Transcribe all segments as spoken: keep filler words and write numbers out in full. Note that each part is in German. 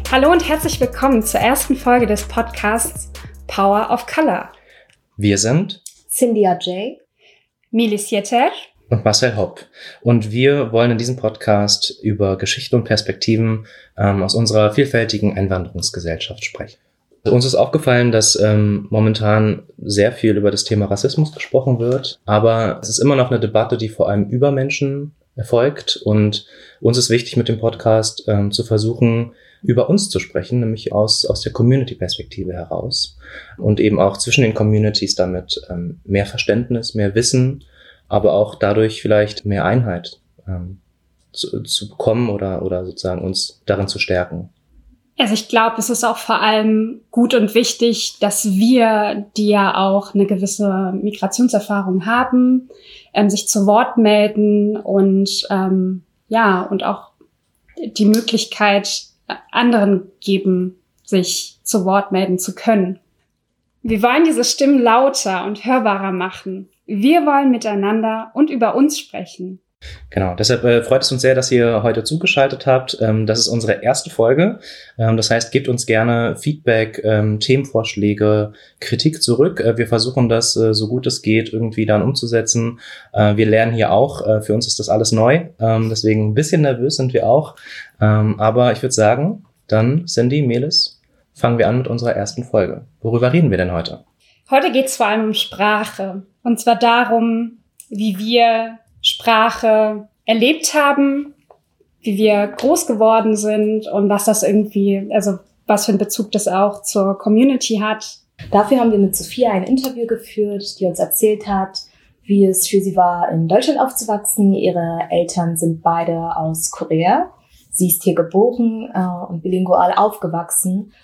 Hallo und herzlich willkommen zur ersten Folge des Podcasts Power of Color. Wir sind Cynthia J., Melis Yeter und Marcel Hopp. Und wir wollen in diesem Podcast über Geschichten und Perspektiven ähm, aus unserer vielfältigen Einwanderungsgesellschaft sprechen. Uns ist aufgefallen, dass ähm, momentan sehr viel über das Thema Rassismus gesprochen wird, aber es ist immer noch eine Debatte, die vor allem über Menschen erfolgt. Und uns ist wichtig, mit dem Podcast ähm, zu versuchen, über uns zu sprechen, nämlich aus aus der Community-Perspektive heraus und eben auch zwischen den Communities damit ähm, mehr Verständnis, mehr Wissen, aber auch dadurch vielleicht mehr Einheit ähm, zu, zu bekommen oder oder sozusagen uns darin zu stärken. Also ich glaube, es ist auch vor allem gut und wichtig, dass wir, die ja auch eine gewisse Migrationserfahrung haben, ähm, sich zu Wort melden und ähm, ja und auch die Möglichkeit anderen geben, sich zu Wort melden zu können. Wir wollen diese Stimmen lauter und hörbarer machen. Wir wollen miteinander und über uns sprechen. Genau, deshalb äh, freut es uns sehr, dass ihr heute zugeschaltet habt. Ähm, das ist unsere erste Folge. Ähm, das heißt, gebt uns gerne Feedback, ähm, Themenvorschläge, Kritik zurück. Äh, wir versuchen das, äh, so gut es geht, irgendwie dann umzusetzen. Äh, wir lernen hier auch. Äh, für uns ist das alles neu. Ähm, deswegen ein bisschen nervös sind wir auch. Ähm, aber ich würde sagen, dann, Cindy, Melis, fangen wir an mit unserer ersten Folge. Worüber reden wir denn heute? Heute geht es vor allem um Sprache. Und zwar darum, wie wir Sprache erlebt haben, wie wir groß geworden sind und was das irgendwie, also was für einen Bezug das auch zur Community hat. Dafür haben wir mit Sophia ein Interview geführt, die uns erzählt hat, wie es für sie war, in Deutschland aufzuwachsen. Ihre Eltern sind beide aus Korea. Sie ist hier geboren äh, und bilingual aufgewachsen.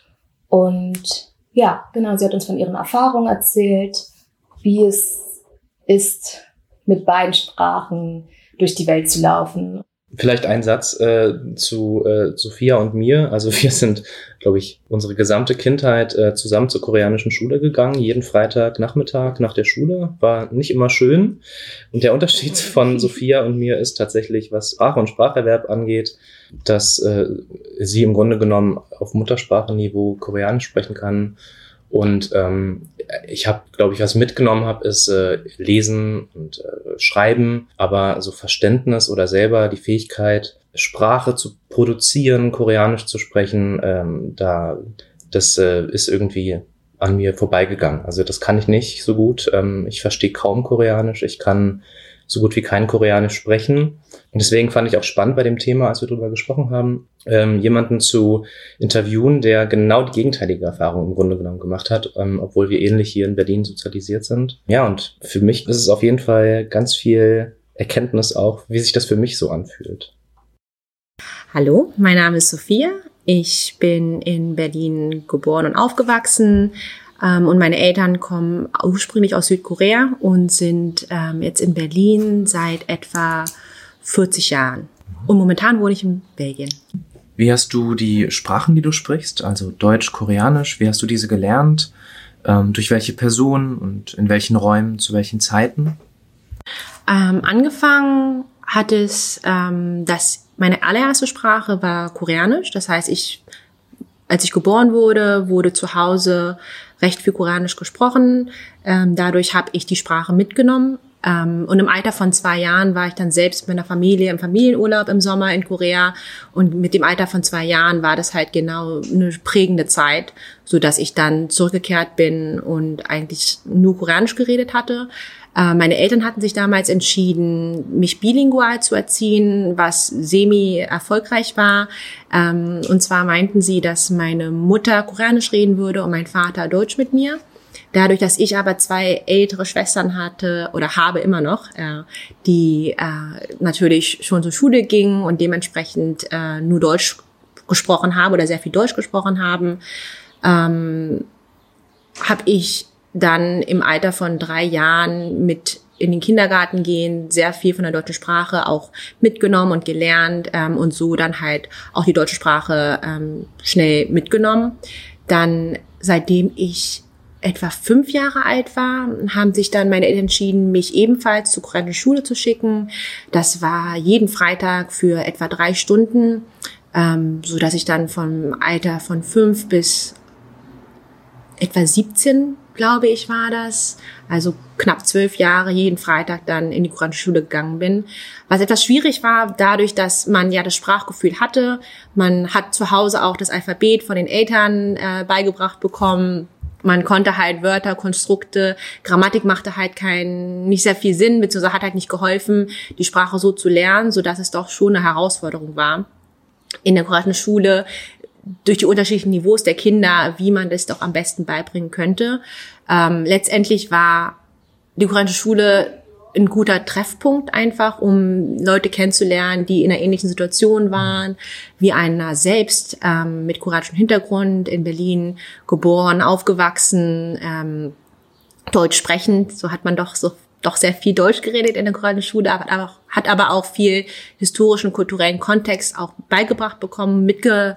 Und ja, genau, sie hat uns von ihren Erfahrungen erzählt, wie es ist, mit beiden Sprachen durch die Welt zu laufen. Vielleicht ein Satz äh, zu äh, Sophia und mir. Also wir sind, glaube ich, unsere gesamte Kindheit äh, zusammen zur koreanischen Schule gegangen. Jeden Freitagnachmittag nach der Schule. War nicht immer schön. Und der Unterschied von Sophia und mir ist tatsächlich, was Sprache und Spracherwerb angeht, dass äh, sie im Grunde genommen auf Muttersprachenniveau Koreanisch sprechen kann. Und ähm, ich habe, glaube ich, was mitgenommen habe, ist äh, Lesen und äh, Schreiben, aber so Verständnis oder selber die Fähigkeit, Sprache zu produzieren, Koreanisch zu sprechen, ähm, da das äh, ist irgendwie an mir vorbeigegangen. Also das kann ich nicht so gut. Ähm, ich verstehe kaum Koreanisch. Ich kann so gut wie kein Koreanisch sprechen. Und deswegen fand ich auch spannend bei dem Thema, als wir darüber gesprochen haben, ähm, jemanden zu interviewen, der genau die gegenteilige Erfahrung im Grunde genommen gemacht hat, ähm, obwohl wir ähnlich hier in Berlin sozialisiert sind. Ja, und für mich ist es auf jeden Fall ganz viel Erkenntnis auch, wie sich das für mich so anfühlt. Hallo, mein Name ist Sophia. Ich bin in Berlin geboren und aufgewachsen. Ähm, und meine Eltern kommen ursprünglich aus Südkorea und sind ähm, jetzt in Berlin seit etwa vierzig Jahren. Und momentan wohne ich in Belgien. Wie hast du die Sprachen, die du sprichst, also Deutsch, Koreanisch, wie hast du diese gelernt? Ähm, durch welche Personen und in welchen Räumen, zu welchen Zeiten? Ähm, angefangen hat es, ähm, dass meine allererste Sprache war Koreanisch. Das heißt, ich, als ich geboren wurde, wurde zu Hause recht viel Koreanisch gesprochen. Ähm, dadurch habe ich die Sprache mitgenommen. Ähm, und im Alter von zwei Jahren war ich dann selbst mit meiner Familie im Familienurlaub im Sommer in Korea. Und mit dem Alter von zwei Jahren war das halt genau eine prägende Zeit, so dass ich dann zurückgekehrt bin und eigentlich nur Koreanisch geredet hatte. Äh, meine Eltern hatten sich damals entschieden, mich bilingual zu erziehen, was semi-erfolgreich war. Ähm, und zwar meinten sie, dass meine Mutter Koreanisch reden würde und mein Vater Deutsch mit mir. Dadurch, dass ich aber zwei ältere Schwestern hatte oder habe immer noch, äh, die äh, natürlich schon zur Schule gingen und dementsprechend äh, nur Deutsch gesprochen haben oder sehr viel Deutsch gesprochen haben, ähm, habe ich dann im Alter von drei Jahren mit in den Kindergarten gehen, sehr viel von der deutschen Sprache auch mitgenommen und gelernt ähm, und so dann halt auch die deutsche Sprache ähm, schnell mitgenommen. Dann, seitdem ich etwa fünf Jahre alt war, haben sich dann meine Eltern entschieden, mich ebenfalls zur koreanischen Schule zu schicken. Das war jeden Freitag für etwa drei Stunden. ähm, so dass ich dann vom Alter von fünf bis etwa siebzehn, glaube ich, war das, also knapp zwölf Jahre, jeden Freitag dann in die koreanische Schule gegangen bin. Was etwas schwierig war, dadurch, dass man ja das Sprachgefühl hatte. Man hat zu Hause auch das Alphabet von den Eltern äh, beigebracht bekommen. Man konnte halt Wörter, Konstrukte, Grammatik machte halt kein, nicht sehr viel Sinn, beziehungsweise hat halt nicht geholfen, die Sprache so zu lernen, sodass es doch schon eine Herausforderung war. In der koreanischen Schule, durch die unterschiedlichen Niveaus der Kinder, wie man das doch am besten beibringen könnte. Ähm, letztendlich war die koreanische Schule ein guter Treffpunkt einfach, um Leute kennenzulernen, die in einer ähnlichen Situation waren, wie einer selbst, ähm, mit koreanischem Hintergrund, in Berlin geboren, aufgewachsen, ähm, Deutsch sprechend. So hat man doch so doch sehr viel Deutsch geredet in der koreanischen Schule, aber, aber hat aber auch viel historischen, kulturellen Kontext auch beigebracht bekommen, mitge,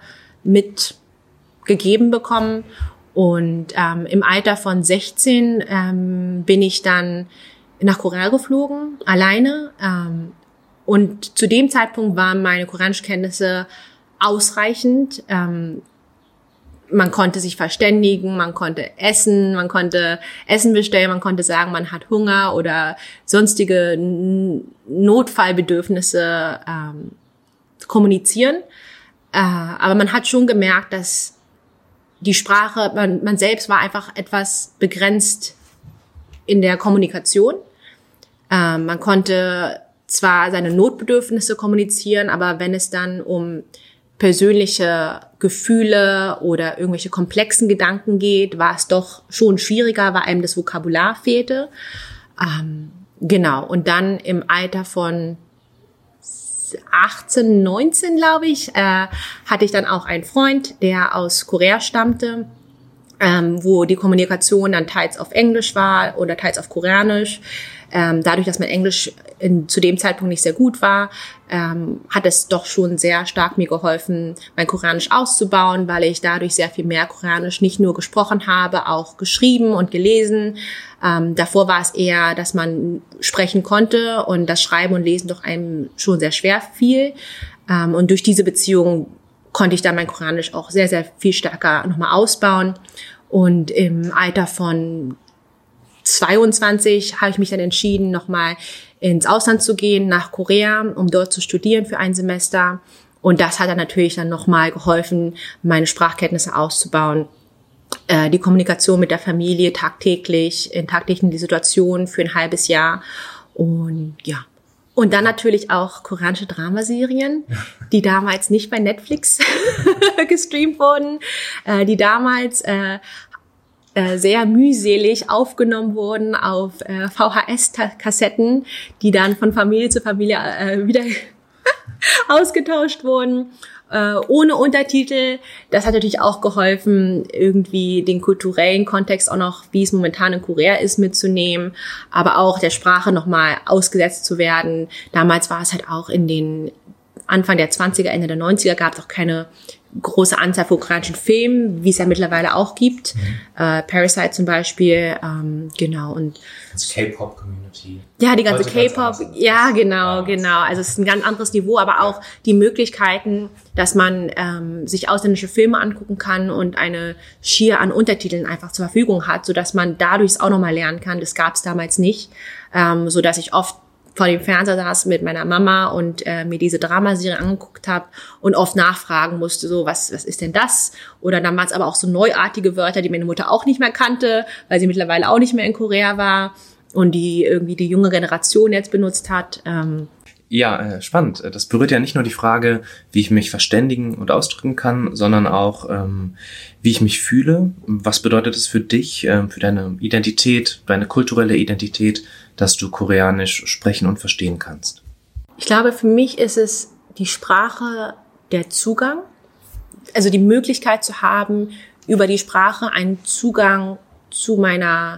mitgegeben bekommen. Und ähm, im Alter von sechzehn ähm, bin ich dann nach Korea geflogen, alleine. Ähm, und zu dem Zeitpunkt waren meine Koreanischkenntnisse ausreichend. Ähm, man konnte sich verständigen, man konnte essen, man konnte Essen bestellen, man konnte sagen, man hat Hunger oder sonstige N- Notfallbedürfnisse ähm, kommunizieren. Äh, aber man hat schon gemerkt, dass die Sprache, man, man selbst war einfach etwas begrenzt in der Kommunikation. Äh, man konnte zwar seine Notbedürfnisse kommunizieren, aber wenn es dann um persönliche Gefühle oder irgendwelche komplexen Gedanken geht, war es doch schon schwieriger, weil einem das Vokabular fehlte. Ähm, genau. Und dann im Alter von achtzehn, neunzehn, glaube ich, äh, hatte ich dann auch einen Freund, der aus Korea stammte, ähm, wo die Kommunikation dann teils auf Englisch war oder teils auf Koreanisch. Ähm, dadurch, dass mein Englisch in, zu dem Zeitpunkt nicht sehr gut war, ähm, hat es doch schon sehr stark mir geholfen, mein Koreanisch auszubauen, weil ich dadurch sehr viel mehr Koreanisch nicht nur gesprochen habe, auch geschrieben und gelesen. Ähm, davor war es eher, dass man sprechen konnte und das Schreiben und Lesen doch einem schon sehr schwer fiel. Ähm, und durch diese Beziehung konnte ich dann mein Koreanisch auch sehr, sehr viel stärker nochmal ausbauen. Und im Alter von zweiundzwanzig habe ich mich dann entschieden, nochmal ins Ausland zu gehen, nach Korea, um dort zu studieren für ein Semester. Und das hat dann natürlich dann nochmal geholfen, meine Sprachkenntnisse auszubauen. Äh, die Kommunikation mit der Familie tagtäglich, in tagtäglichen Situationen für ein halbes Jahr. Und ja. Und dann natürlich auch koreanische Dramaserien, die damals nicht bei Netflix gestreamt wurden, äh, die damals äh, äh, sehr mühselig aufgenommen wurden auf äh, V H S-Kassetten, die dann von Familie zu Familie äh, wieder ausgetauscht wurden, äh, ohne Untertitel. Das hat natürlich auch geholfen, irgendwie den kulturellen Kontext auch noch, wie es momentan in Korea ist, mitzunehmen, aber auch der Sprache nochmal ausgesetzt zu werden. Damals war es halt auch in den Anfang der zwanziger, Ende der neunziger gab es auch keine große Anzahl von koreanischen Filmen, wie es ja mittlerweile auch gibt. Mhm. Äh, Parasite zum Beispiel, ähm, genau. Und also K-Pop-Community. Ja, die ganze K-Pop, ja, genau, ja, genau. Also es ist ein ganz anderes Niveau, aber auch die Möglichkeiten, dass man ähm, sich ausländische Filme angucken kann und eine Schier an Untertiteln einfach zur Verfügung hat, sodass man dadurch es auch nochmal lernen kann. Das gab es damals nicht, ähm, sodass ich oft vor dem Fernseher saß mit meiner Mama und äh, mir diese Dramaserie angeguckt habe und oft nachfragen musste, so, was was ist denn das? Oder dann waren es aber auch so neuartige Wörter, die meine Mutter auch nicht mehr kannte, weil sie mittlerweile auch nicht mehr in Korea war und die irgendwie die junge Generation jetzt benutzt hat. Ähm. Ja, äh, spannend. Das berührt ja nicht nur die Frage, wie ich mich verständigen und ausdrücken kann, sondern auch, ähm, wie ich mich fühle. Was bedeutet es für dich, ähm, für deine Identität, deine kulturelle Identität, dass du Koreanisch sprechen und verstehen kannst? Ich glaube, für mich ist es die Sprache der Zugang, also die Möglichkeit zu haben, über die Sprache einen Zugang zu meiner,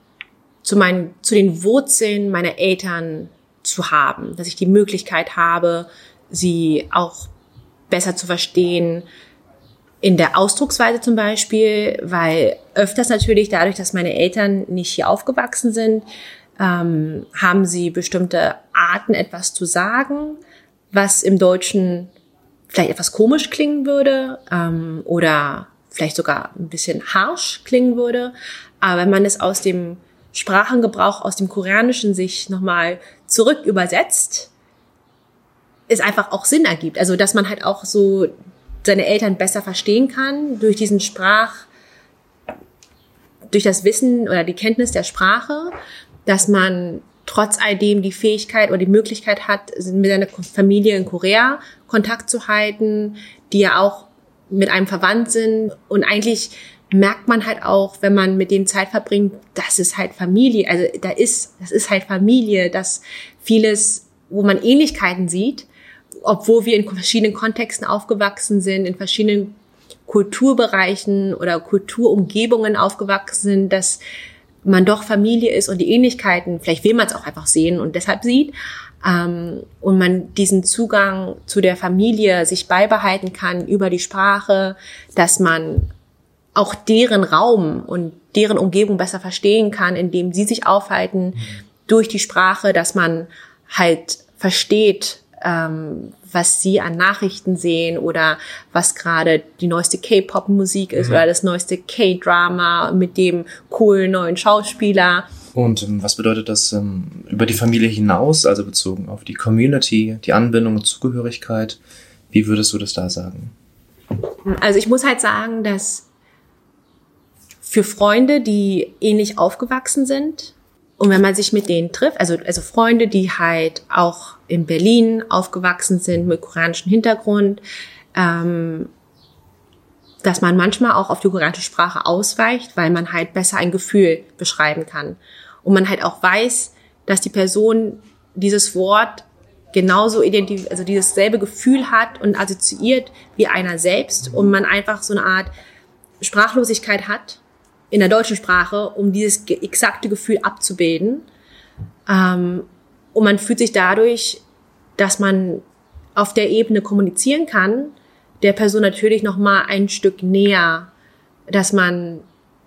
zu meinen, zu den Wurzeln meiner Eltern zu haben, dass ich die Möglichkeit habe, sie auch besser zu verstehen, in der Ausdrucksweise zum Beispiel, weil öfters natürlich dadurch, dass meine Eltern nicht hier aufgewachsen sind, ähm, haben sie bestimmte Arten, etwas zu sagen, was im Deutschen vielleicht etwas komisch klingen würde ähm, oder vielleicht sogar ein bisschen harsh klingen würde. Aber wenn man es aus dem Sprachengebrauch, aus dem Koreanischen sich nochmal zurück übersetzt, es einfach auch Sinn ergibt. Also dass man halt auch so seine Eltern besser verstehen kann durch diesen Sprach, durch das Wissen oder die Kenntnis der Sprache, dass man trotz alledem die Fähigkeit oder die Möglichkeit hat, mit seiner Familie in Korea Kontakt zu halten, die ja auch mit einem verwandt sind. Und eigentlich merkt man halt auch, wenn man mit denen Zeit verbringt, das ist halt Familie. Also da ist, das ist halt Familie, dass vieles, wo man Ähnlichkeiten sieht, obwohl wir in verschiedenen Kontexten aufgewachsen sind, in verschiedenen Kulturbereichen oder Kulturumgebungen aufgewachsen sind, dass man doch Familie ist und die Ähnlichkeiten, vielleicht will man es auch einfach sehen und deshalb sieht, ähm, und man diesen Zugang zu der Familie sich beibehalten kann über die Sprache, dass man auch deren Raum und deren Umgebung besser verstehen kann, indem sie sich aufhalten durch die Sprache, dass man halt versteht, ähm, was sie an Nachrichten sehen oder was gerade die neueste K-Pop-Musik ist, mhm, oder das neueste K-Drama mit dem coolen neuen Schauspieler. Und ähm, was bedeutet das ähm, über die Familie hinaus, also bezogen auf die Community, die Anbindung und Zugehörigkeit? Wie würdest du das da sagen? Also ich muss halt sagen, dass für Freunde, die ähnlich aufgewachsen sind, und wenn man sich mit denen trifft, also, also Freunde, die halt auch in Berlin aufgewachsen sind mit koreanischem Hintergrund, ähm, dass man manchmal auch auf die koreanische Sprache ausweicht, weil man halt besser ein Gefühl beschreiben kann. Und man halt auch weiß, dass die Person dieses Wort genauso identif- also dieses selbe Gefühl hat und assoziiert wie einer selbst und man einfach so eine Art Sprachlosigkeit hat in der deutschen Sprache, um dieses ge- exakte Gefühl abzubilden. Ähm, und man fühlt sich dadurch, dass man auf der Ebene kommunizieren kann, der Person natürlich noch mal ein Stück näher, dass man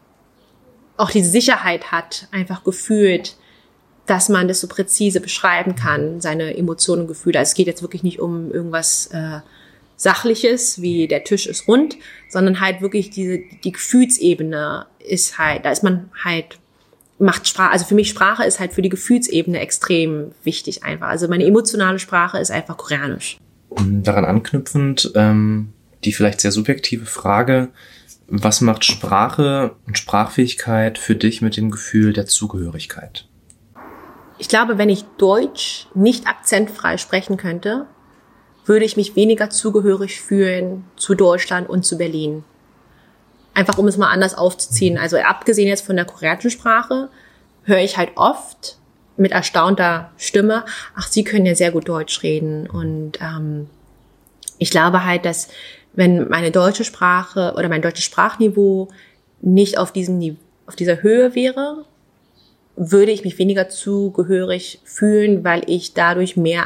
auch diese Sicherheit hat, einfach gefühlt, dass man das so präzise beschreiben kann, seine Emotionen und Gefühle. Also es geht jetzt wirklich nicht um irgendwas äh, Sachliches, wie der Tisch ist rund, sondern halt wirklich diese, die Gefühlsebene ist halt, da ist man halt, macht Sprache, also für mich Sprache ist halt für die Gefühlsebene extrem wichtig einfach. Also meine emotionale Sprache ist einfach Koreanisch. Daran anknüpfend, ähm, die vielleicht sehr subjektive Frage, was macht Sprache und Sprachfähigkeit für dich mit dem Gefühl der Zugehörigkeit? Ich glaube, wenn ich Deutsch nicht akzentfrei sprechen könnte, würde ich mich weniger zugehörig fühlen zu Deutschland und zu Berlin. Einfach um es mal anders aufzuziehen. Also abgesehen jetzt von der koreanischen Sprache, höre ich halt oft mit erstaunter Stimme, ach, Sie können ja sehr gut Deutsch reden. Und ähm, ich glaube halt, dass wenn meine deutsche Sprache oder mein deutsches Sprachniveau nicht auf diesem auf dieser Höhe wäre, würde ich mich weniger zugehörig fühlen, weil ich dadurch mehr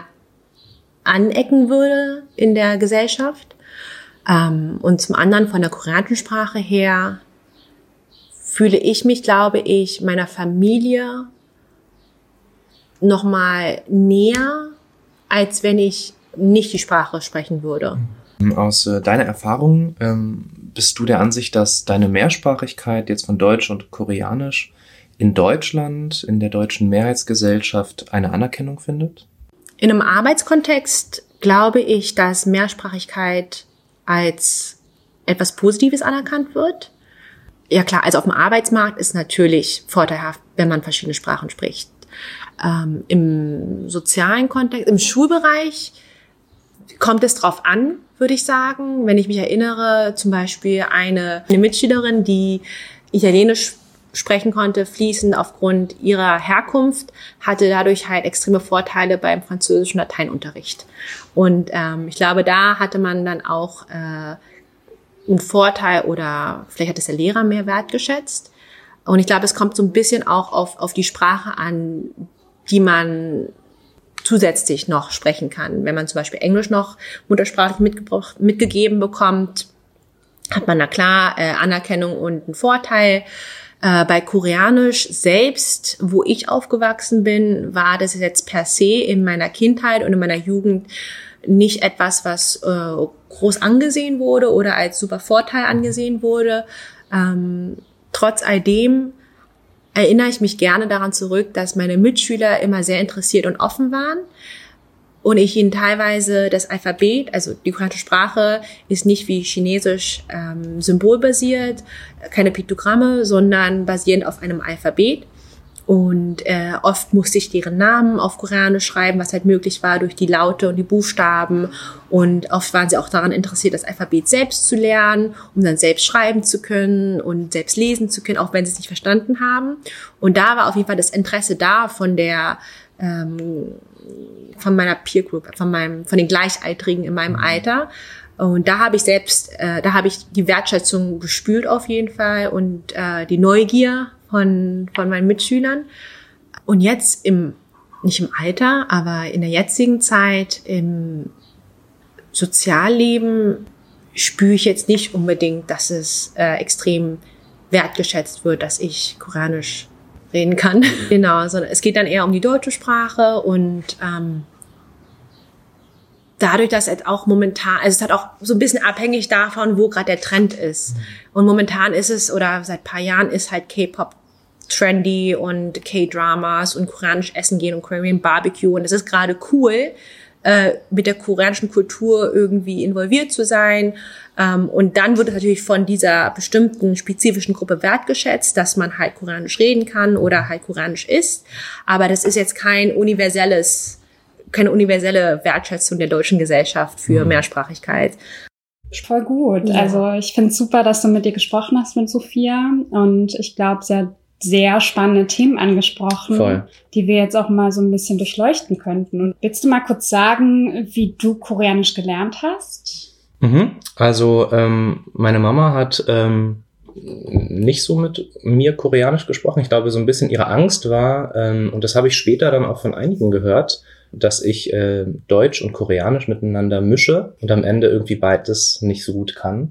anecken würde in der Gesellschaft. Ähm, und zum anderen von der koreanischen Sprache her fühle ich mich, glaube ich, meiner Familie noch mal näher, als wenn ich nicht die Sprache sprechen würde. Aus äh, deiner Erfahrung ähm, bist du der Ansicht, dass deine Mehrsprachigkeit jetzt von Deutsch und Koreanisch in Deutschland, in der deutschen Mehrheitsgesellschaft eine Anerkennung findet? In einem Arbeitskontext glaube ich, dass Mehrsprachigkeit als etwas Positives anerkannt wird. Ja klar, also auf dem Arbeitsmarkt ist natürlich vorteilhaft, wenn man verschiedene Sprachen spricht. Ähm, im sozialen Kontext, im Schulbereich kommt es drauf an, würde ich sagen. Wenn ich mich erinnere, zum Beispiel eine, eine Mitschülerin, die Italienisch sprechen konnte, fließend aufgrund ihrer Herkunft, hatte dadurch halt extreme Vorteile beim französischen Lateinunterricht. Und ähm, ich glaube, da hatte man dann auch äh, einen Vorteil oder vielleicht hat es der Lehrer mehr wertgeschätzt. Und ich glaube, es kommt so ein bisschen auch auf, auf die Sprache an, die man zusätzlich noch sprechen kann. Wenn man zum Beispiel Englisch noch muttersprachlich mitgebracht, mitgegeben bekommt, hat man na klar äh, Anerkennung und einen Vorteil. Äh, bei Koreanisch selbst, wo ich aufgewachsen bin, war das jetzt per se in meiner Kindheit und in meiner Jugend nicht etwas, was äh, groß angesehen wurde oder als super Vorteil angesehen wurde. Ähm, trotz alledem erinnere ich mich gerne daran zurück, dass meine Mitschüler immer sehr interessiert und offen waren und ich ihnen teilweise das Alphabet, also die koreanische Sprache, ist nicht wie Chinesisch ähm, symbolbasiert, keine Piktogramme, sondern basierend auf einem Alphabet. Und äh, oft musste ich deren Namen auf Koreanisch schreiben, was halt möglich war durch die Laute und die Buchstaben. Und oft waren sie auch daran interessiert, das Alphabet selbst zu lernen, um dann selbst schreiben zu können und selbst lesen zu können, auch wenn sie es nicht verstanden haben. Und da war auf jeden Fall das Interesse da von der ähm, von meiner Peer Group, von meinem von den Gleichaltrigen in meinem Alter. Und da habe ich selbst, äh, da habe ich die Wertschätzung gespürt auf jeden Fall und äh, die Neugier von von meinen Mitschülern. Und jetzt im nicht im Alter, aber in der jetzigen Zeit im Sozialleben spüre ich jetzt nicht unbedingt, dass es äh, extrem wertgeschätzt wird, dass ich Koreanisch reden kann. Genau, sondern es geht dann eher um die deutsche Sprache und ähm, dadurch, dass es auch momentan, also es hat auch so ein bisschen abhängig davon, wo gerade der Trend ist. Und momentan ist es, oder seit ein paar Jahren ist halt K-Pop trendy und K-Dramas und koreanisch essen gehen und Korean Barbecue. Und es ist gerade cool, äh, mit der koreanischen Kultur irgendwie involviert zu sein. Ähm, und dann wird es natürlich von dieser bestimmten spezifischen Gruppe wertgeschätzt, dass man halt koreanisch reden kann oder halt koreanisch isst. Aber das ist jetzt kein universelles keine universelle Wertschätzung der deutschen Gesellschaft für mhm. Mehrsprachigkeit. Voll gut. Ja. Also ich finde es super, dass du mit dir gesprochen hast, mit Sophia. Und ich glaube, sie hat sehr spannende Themen angesprochen, Voll. Die wir jetzt auch mal so ein bisschen durchleuchten könnten. Und willst du mal kurz sagen, wie du Koreanisch gelernt hast? Mhm. Also ähm, meine Mama hat ähm, nicht so mit mir Koreanisch gesprochen. Ich glaube, so ein bisschen ihre Angst war, ähm, und das habe ich später dann auch von einigen gehört, dass ich äh, Deutsch und Koreanisch miteinander mische und am Ende irgendwie beides nicht so gut kann.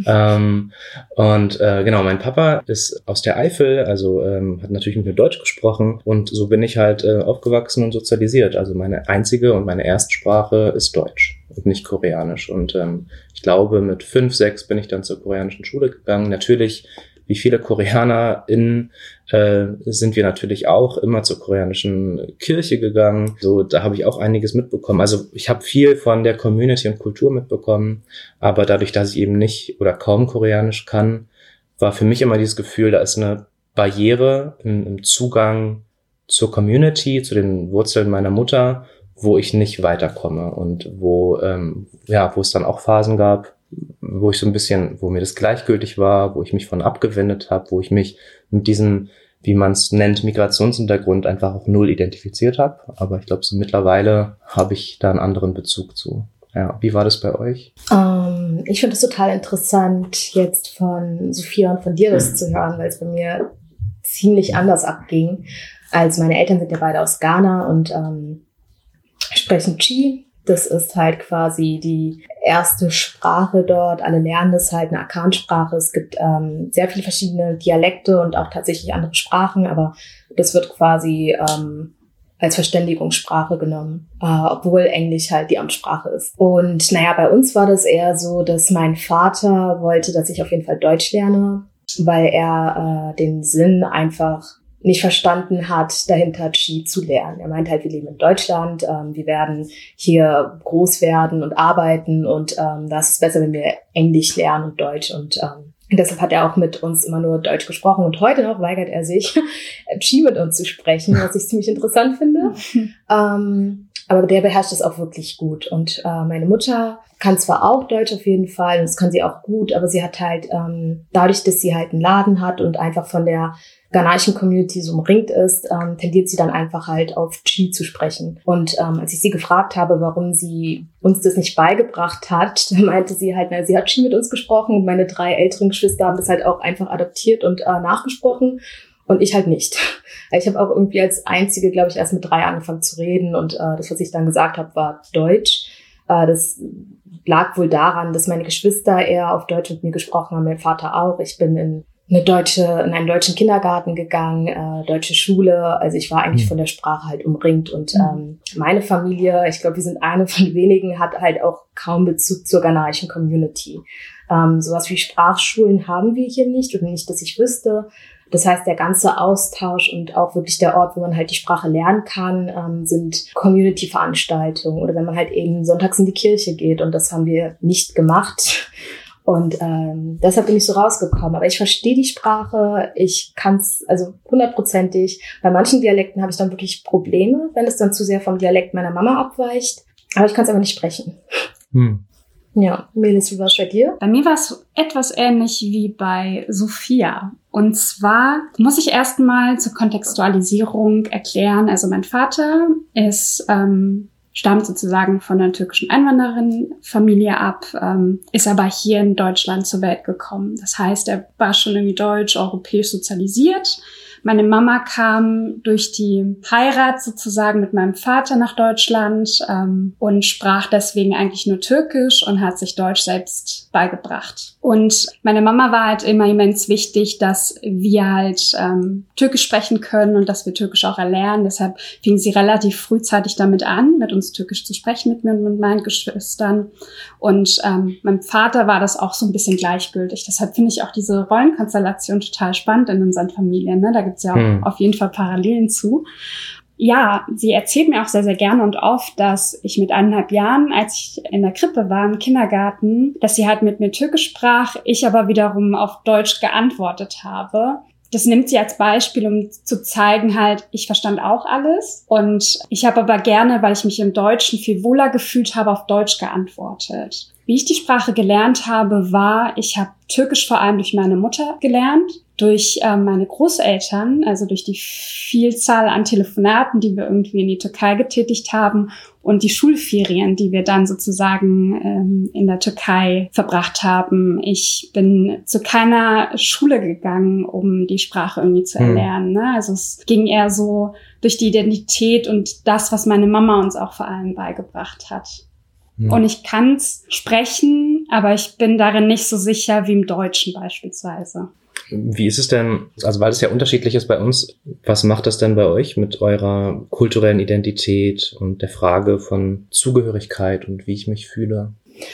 ähm, und äh, genau, mein Papa ist aus der Eifel, also ähm, hat natürlich mit mir Deutsch gesprochen und so bin ich halt äh, aufgewachsen und sozialisiert. Also meine einzige und meine Erstsprache ist Deutsch und nicht Koreanisch. Und ähm, ich glaube, mit fünf, sechs bin ich dann zur koreanischen Schule gegangen. Natürlich, wie viele KoreanerInnen äh, sind wir natürlich auch immer zur koreanischen Kirche gegangen. So, da habe ich auch einiges mitbekommen. Also ich habe viel von der Community und Kultur mitbekommen, aber dadurch, dass ich eben nicht oder kaum Koreanisch kann, war für mich immer dieses Gefühl, da ist eine Barriere im, im Zugang zur Community, zu den Wurzeln meiner Mutter, wo ich nicht weiterkomme und wo ähm, ja, wo es dann auch Phasen gab, wo ich so ein bisschen, wo mir das gleichgültig war, wo ich mich von abgewendet habe, wo ich mich mit diesem, wie man es nennt, Migrationshintergrund einfach auch null identifiziert habe. Aber ich glaube, so mittlerweile habe ich da einen anderen Bezug zu. Ja, wie war das bei euch? Um, ich finde es total interessant, jetzt von Sophia und von dir das zu hören, weil es bei mir ziemlich anders abging. Also meine Eltern sind ja beide aus Ghana und ähm, sprechen Chi. Das ist halt quasi die erste Sprache dort. Alle lernen das halt, eine Akan-Sprache. Es gibt ähm, sehr viele verschiedene Dialekte und auch tatsächlich andere Sprachen, aber das wird quasi ähm, als Verständigungssprache genommen, äh, obwohl Englisch halt die Amtssprache ist. Und naja, bei uns war das eher so, dass mein Vater wollte, dass ich auf jeden Fall Deutsch lerne, weil er äh, den Sinn einfach nicht verstanden hat, dahinter Chi zu lernen. Er meint halt, wir leben in Deutschland, ähm, wir werden hier groß werden und arbeiten und ähm, das ist besser, wenn wir Englisch lernen und Deutsch. Und ähm, deshalb hat er auch mit uns immer nur Deutsch gesprochen und heute noch weigert er sich, Chi mit uns zu sprechen, was ich ziemlich interessant finde. ähm, aber der beherrscht das auch wirklich gut. Und äh, meine Mutter kann zwar auch Deutsch auf jeden Fall und das kann sie auch gut, aber sie hat halt ähm, dadurch, dass sie halt einen Laden hat und einfach von der ghanaischen Community so umringt ist, ähm, tendiert sie dann einfach halt auf Chi zu sprechen. Und ähm, als ich sie gefragt habe, warum sie uns das nicht beigebracht hat, dann meinte sie halt, na, sie hat Chi mit uns gesprochen und meine drei älteren Geschwister haben das halt auch einfach adaptiert und äh, nachgesprochen und ich halt nicht. Ich habe auch irgendwie als Einzige, glaube ich, erst mit drei angefangen zu reden und äh, das, was ich dann gesagt habe, war Deutsch. Äh, das lag wohl daran, dass meine Geschwister eher auf Deutsch mit mir gesprochen haben, mein Vater auch. Ich bin in eine deutsche, in einen deutschen Kindergarten gegangen, äh, deutsche Schule. Also ich war eigentlich von der Sprache halt umringt. Und ähm, meine Familie, ich glaube, wir sind eine von wenigen, hat halt auch kaum Bezug zur ghanaischen Community. Ähm, sowas wie Sprachschulen haben wir hier nicht oder nicht, dass ich wüsste. Das heißt, der ganze Austausch und auch wirklich der Ort, wo man halt die Sprache lernen kann, ähm, sind Community-Veranstaltungen oder wenn man halt eben sonntags in die Kirche geht. Und das haben wir nicht gemacht. Und ähm, deshalb bin ich so rausgekommen. Aber ich verstehe die Sprache, ich kann es also hundertprozentig. Bei manchen Dialekten habe ich dann wirklich Probleme, wenn es dann zu sehr vom Dialekt meiner Mama abweicht. Aber ich kann es aber nicht sprechen. Hm. Ja, Melis, wie war es bei dir? Bei mir war es etwas ähnlich wie bei Sophia. Und zwar muss ich erstmal zur Kontextualisierung erklären. Also mein Vater ist... Ähm, stammt sozusagen von einer türkischen Einwandererinnenfamilie ab, ähm, ist aber hier in Deutschland zur Welt gekommen. Das heißt, er war schon irgendwie deutsch, europäisch sozialisiert. Meine Mama kam durch die Heirat sozusagen mit meinem Vater nach Deutschland ähm, und sprach deswegen eigentlich nur Türkisch und hat sich Deutsch selbst beigebracht. Und meine Mama war halt immer immens wichtig, dass wir halt ähm, Türkisch sprechen können und dass wir Türkisch auch erlernen. Deshalb fing sie relativ frühzeitig damit an, mit uns Türkisch zu sprechen, mit mir und mit meinen Geschwistern. Und ähm, meinem Vater war das auch so ein bisschen gleichgültig. Deshalb finde ich auch diese Rollenkonstellation total spannend in unseren Familien. Ne? Da gibt es ja auch hm. auf jeden Fall Parallelen zu. Ja, sie erzählt mir auch sehr, sehr gerne und oft, dass ich mit eineinhalb Jahren, als ich in der Krippe war, im Kindergarten, dass sie halt mit mir Türkisch sprach, ich aber wiederum auf Deutsch geantwortet habe. Das nimmt sie als Beispiel, um zu zeigen halt, ich verstand auch alles. Und ich habe aber gerne, weil ich mich im Deutschen viel wohler gefühlt habe, auf Deutsch geantwortet. Wie ich die Sprache gelernt habe, war, ich habe Türkisch vor allem durch meine Mutter gelernt, durch äh, meine Großeltern, also durch die Vielzahl an Telefonaten, die wir irgendwie in die Türkei getätigt haben und die Schulferien, die wir dann sozusagen ähm, in der Türkei verbracht haben. Ich bin zu keiner Schule gegangen, um die Sprache irgendwie zu erlernen. Ne? Also es ging eher so durch die Identität und das, was meine Mama uns auch vor allem beigebracht hat. Und ich kann es sprechen, aber ich bin darin nicht so sicher wie im Deutschen beispielsweise. Wie ist es denn, also weil es ja unterschiedlich ist bei uns, was macht das denn bei euch mit eurer kulturellen Identität und der Frage von Zugehörigkeit und wie ich mich fühle?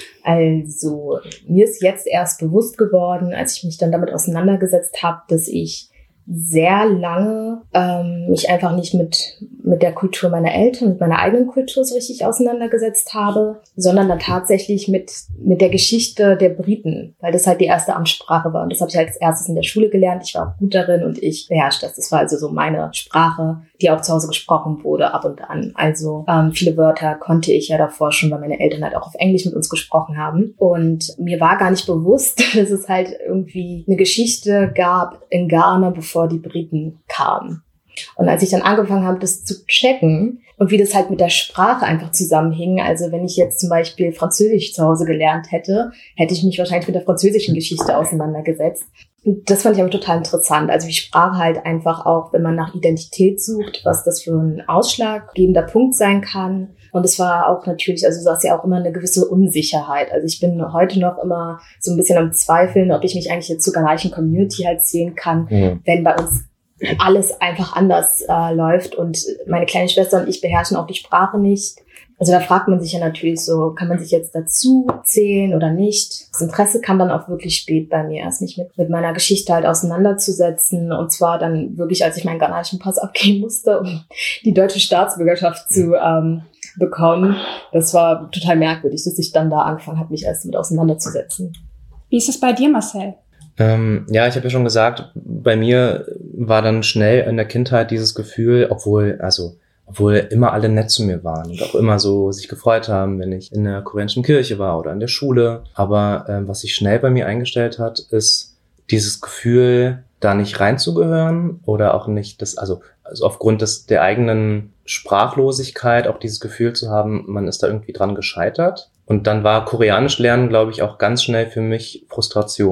Also mir ist jetzt erst bewusst geworden, als ich mich dann damit auseinandergesetzt habe, dass ich sehr lange ähm, mich einfach nicht mit mit der Kultur meiner Eltern, mit meiner eigenen Kultur so richtig auseinandergesetzt habe, sondern dann tatsächlich mit mit der Geschichte der Briten, weil das halt die erste Amtssprache war. Und das habe ich halt als erstes in der Schule gelernt. Ich war auch gut darin und ich beherrschte das. Das war also so meine Sprache, die auch zu Hause gesprochen wurde, ab und an. Also ähm, viele Wörter konnte ich ja davor schon, weil meine Eltern halt auch auf Englisch mit uns gesprochen haben. Und mir war gar nicht bewusst, dass es halt irgendwie eine Geschichte gab in Ghana, bevor die Briten kamen. Und als ich dann angefangen habe, das zu checken und wie das halt mit der Sprache einfach zusammenhing, also wenn ich jetzt zum Beispiel Französisch zu Hause gelernt hätte, hätte ich mich wahrscheinlich mit der französischen Geschichte auseinandergesetzt. Und das fand ich aber total interessant. Also wie Sprache halt einfach auch, wenn man nach Identität sucht, was das für ein ausschlaggebender Punkt sein kann. Und es war auch natürlich, also du hast ja auch immer eine gewisse Unsicherheit. Also ich bin heute noch immer so ein bisschen am Zweifeln, ob ich mich eigentlich jetzt zur gleichen Community halt sehen kann, mhm. wenn bei uns alles einfach anders äh, läuft und meine kleine Schwester und ich beherrschen auch die Sprache nicht. Also da fragt man sich ja natürlich so, kann man sich jetzt dazu zählen oder nicht? Das Interesse kam dann auch wirklich spät bei mir, erst mich mit, mit meiner Geschichte halt auseinanderzusetzen. Und zwar dann wirklich, als ich meinen ghanaischen Pass abgeben musste, um die deutsche Staatsbürgerschaft zu ähm, bekommen. Das war total merkwürdig, dass ich dann da angefangen habe, mich erst damit auseinanderzusetzen. Wie ist es bei dir, Marcel? Ähm, ja, ich habe ja schon gesagt, bei mir war dann schnell in der Kindheit dieses Gefühl, obwohl, also, obwohl immer alle nett zu mir waren und auch immer so sich gefreut haben, wenn ich in der koreanischen Kirche war oder in der Schule. Aber äh, was sich schnell bei mir eingestellt hat, ist dieses Gefühl, da nicht reinzugehören oder auch nicht das, also, also aufgrund des der eigenen Sprachlosigkeit auch dieses Gefühl zu haben, man ist da irgendwie dran gescheitert. Und dann war Koreanisch lernen, glaube ich, auch ganz schnell für mich Frustration.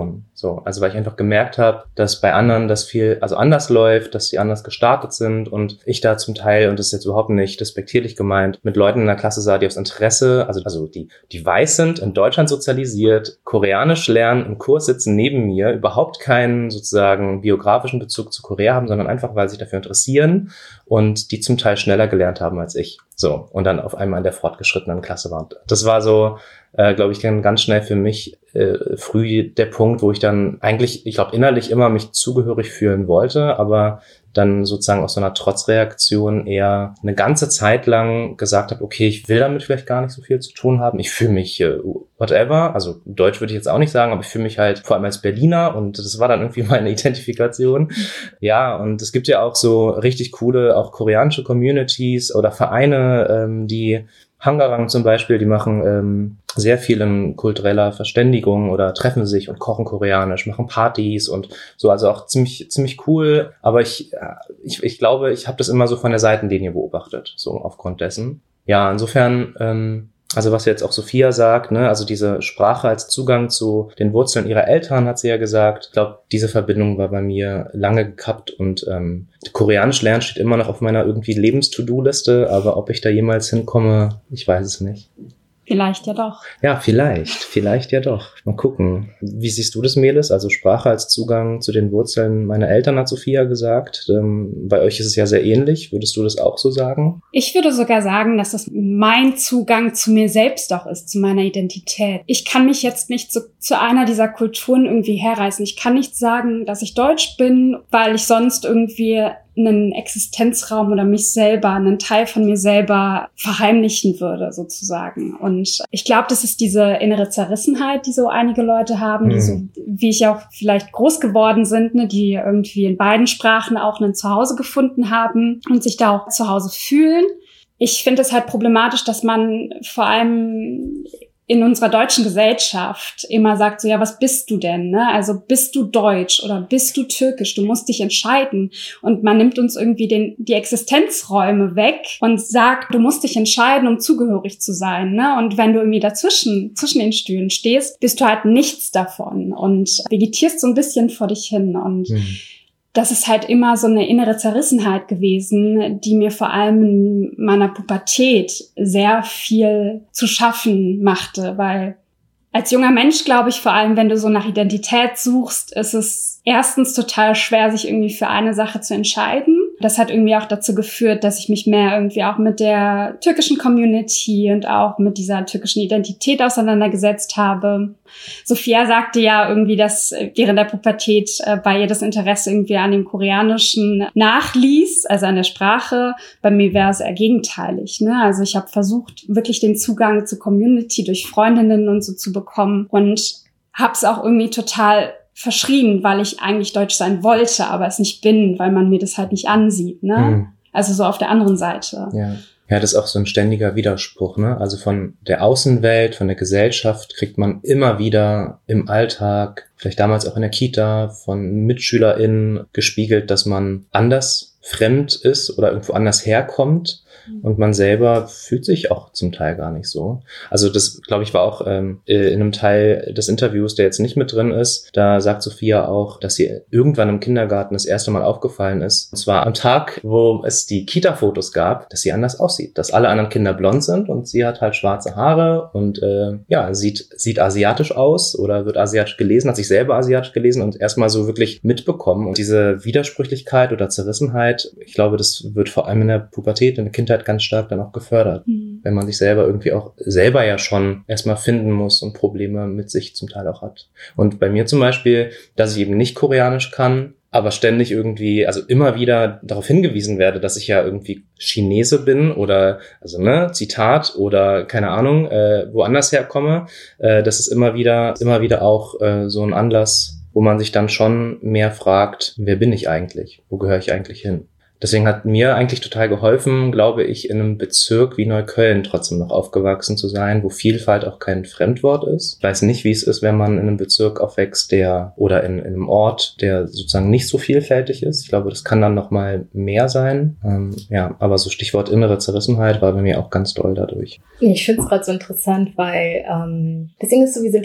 So, also weil ich einfach gemerkt habe, dass bei anderen das viel, also anders läuft, dass sie anders gestartet sind und ich da zum Teil, und das ist jetzt überhaupt nicht despektierlich gemeint, mit Leuten in der Klasse sah, die aufs Interesse, also, also die, die weiß sind, in Deutschland sozialisiert, Koreanisch lernen, im Kurs sitzen neben mir, überhaupt keinen sozusagen biografischen Bezug zu Korea haben, sondern einfach, weil sie sich dafür interessieren und die zum Teil schneller gelernt haben als ich. So, und dann auf einmal in der fortgeschrittenen Klasse waren. Das war so, äh, glaube ich, ganz schnell für mich äh, früh der Punkt, wo ich dann eigentlich, ich glaube, innerlich immer mich zugehörig fühlen wollte, aber dann sozusagen aus so einer Trotzreaktion eher eine ganze Zeit lang gesagt habe, okay, ich will damit vielleicht gar nicht so viel zu tun haben. Ich fühle mich äh, whatever, also Deutsch würde ich jetzt auch nicht sagen, aber ich fühle mich halt vor allem als Berliner und das war dann irgendwie meine Identifikation. Ja, und es gibt ja auch so richtig coole, auch koreanische Communities oder Vereine, ähm, die Hangarang zum Beispiel, die machen ähm, sehr viel in kultureller Verständigung oder treffen sich und kochen koreanisch, machen Partys und so, also auch ziemlich ziemlich cool. Aber ich ich, ich glaube, ich habe das immer so von der Seitenlinie beobachtet, so aufgrund dessen. Ja, insofern, ähm, also was jetzt auch Sophia sagt, ne, also diese Sprache als Zugang zu den Wurzeln ihrer Eltern, hat sie ja gesagt. Ich glaube, diese Verbindung war bei mir lange gekappt und ähm, Koreanisch lernen steht immer noch auf meiner irgendwie Lebens-To-Do-Liste, aber ob ich da jemals hinkomme, ich weiß es nicht. Vielleicht ja doch. Ja, vielleicht. Vielleicht ja doch. Mal gucken. Wie siehst du das, Melis? Also Sprache als Zugang zu den Wurzeln meiner Eltern, hat Sophia gesagt. Ähm, bei euch ist es ja sehr ähnlich. Würdest du das auch so sagen? Ich würde sogar sagen, dass das mein Zugang zu mir selbst auch ist, zu meiner Identität. Ich kann mich jetzt nicht zu, zu einer dieser Kulturen irgendwie herreißen. Ich kann nicht sagen, dass ich Deutsch bin, weil ich sonst irgendwie einen Existenzraum oder mich selber, einen Teil von mir selber verheimlichen würde, sozusagen. Und ich glaube, das ist diese innere Zerrissenheit, die so einige Leute haben, mhm. die so, wie ich auch vielleicht groß geworden sind, ne, die irgendwie in beiden Sprachen auch ein Zuhause gefunden haben und sich da auch zu Hause fühlen. Ich finde es halt problematisch, dass man vor allem in unserer deutschen Gesellschaft immer sagt so, ja, was bist du denn, ne? Also bist du deutsch oder bist du türkisch? Du musst dich entscheiden. Und man nimmt uns irgendwie den, die Existenzräume weg und sagt, du musst dich entscheiden, um zugehörig zu sein, ne? Und wenn du irgendwie dazwischen, zwischen den Stühlen stehst, bist du halt nichts davon und vegetierst so ein bisschen vor dich hin. Und mhm. das ist halt immer so eine innere Zerrissenheit gewesen, die mir vor allem in meiner Pubertät sehr viel zu schaffen machte, weil als junger Mensch, glaube ich, vor allem, wenn du so nach Identität suchst, ist es erstens total schwer, sich irgendwie für eine Sache zu entscheiden. Das hat irgendwie auch dazu geführt, dass ich mich mehr irgendwie auch mit der türkischen Community und auch mit dieser türkischen Identität auseinandergesetzt habe. Sophia sagte ja irgendwie, dass während der Pubertät äh, bei ihr das Interesse irgendwie an dem Koreanischen nachließ, also an der Sprache. Bei mir wäre es eher gegenteilig, ne? Also ich habe versucht, wirklich den Zugang zur Community durch Freundinnen und so zu bekommen und habe es auch irgendwie total verschrien, weil ich eigentlich deutsch sein wollte, aber es nicht bin, weil man mir das halt nicht ansieht, ne? Mhm. Also so auf der anderen Seite. Ja. Ja, das ist auch so ein ständiger Widerspruch, ne? Also von der Außenwelt, von der Gesellschaft kriegt man immer wieder im Alltag, vielleicht damals auch in der Kita, von MitschülerInnen gespiegelt, dass man anders fremd ist oder irgendwo anders herkommt. Und man selber fühlt sich auch zum Teil gar nicht so. Also das, glaube ich, war auch ähm, in einem Teil des Interviews, der jetzt nicht mit drin ist. Da sagt Sophia auch, dass sie irgendwann im Kindergarten das erste Mal aufgefallen ist. Und zwar am Tag, wo es die Kita-Fotos gab, dass sie anders aussieht. Dass alle anderen Kinder blond sind und sie hat halt schwarze Haare und äh, ja, sieht sieht asiatisch aus oder wird asiatisch gelesen, hat sich selber asiatisch gelesen und erstmal so wirklich mitbekommen. Und diese Widersprüchlichkeit oder Zerrissenheit, ich glaube, das wird vor allem in der Pubertät, in der Kindheit ganz stark dann auch gefördert, mhm. wenn man sich selber irgendwie auch selber ja schon erstmal finden muss und Probleme mit sich zum Teil auch hat. Und bei mir zum Beispiel, dass ich eben nicht Koreanisch kann, aber ständig irgendwie, also immer wieder darauf hingewiesen werde, dass ich ja irgendwie Chinese bin oder, also ne, Zitat oder keine Ahnung, äh, woanders herkomme. Äh, das ist immer wieder, immer wieder auch äh, so ein Anlass, wo man sich dann schon mehr fragt, wer bin ich eigentlich? Wo gehöre ich eigentlich hin? Deswegen hat mir eigentlich total geholfen, glaube ich, in einem Bezirk wie Neukölln trotzdem noch aufgewachsen zu sein, wo Vielfalt auch kein Fremdwort ist. Ich weiß nicht, wie es ist, wenn man in einem Bezirk aufwächst, der oder in, in einem Ort, der sozusagen nicht so vielfältig ist. Ich glaube, das kann dann noch mal mehr sein. Ähm, ja, aber so Stichwort innere Zerrissenheit war bei mir auch ganz doll dadurch. Ich finde es gerade so interessant, weil ähm, das Ding ist so, wir sind ja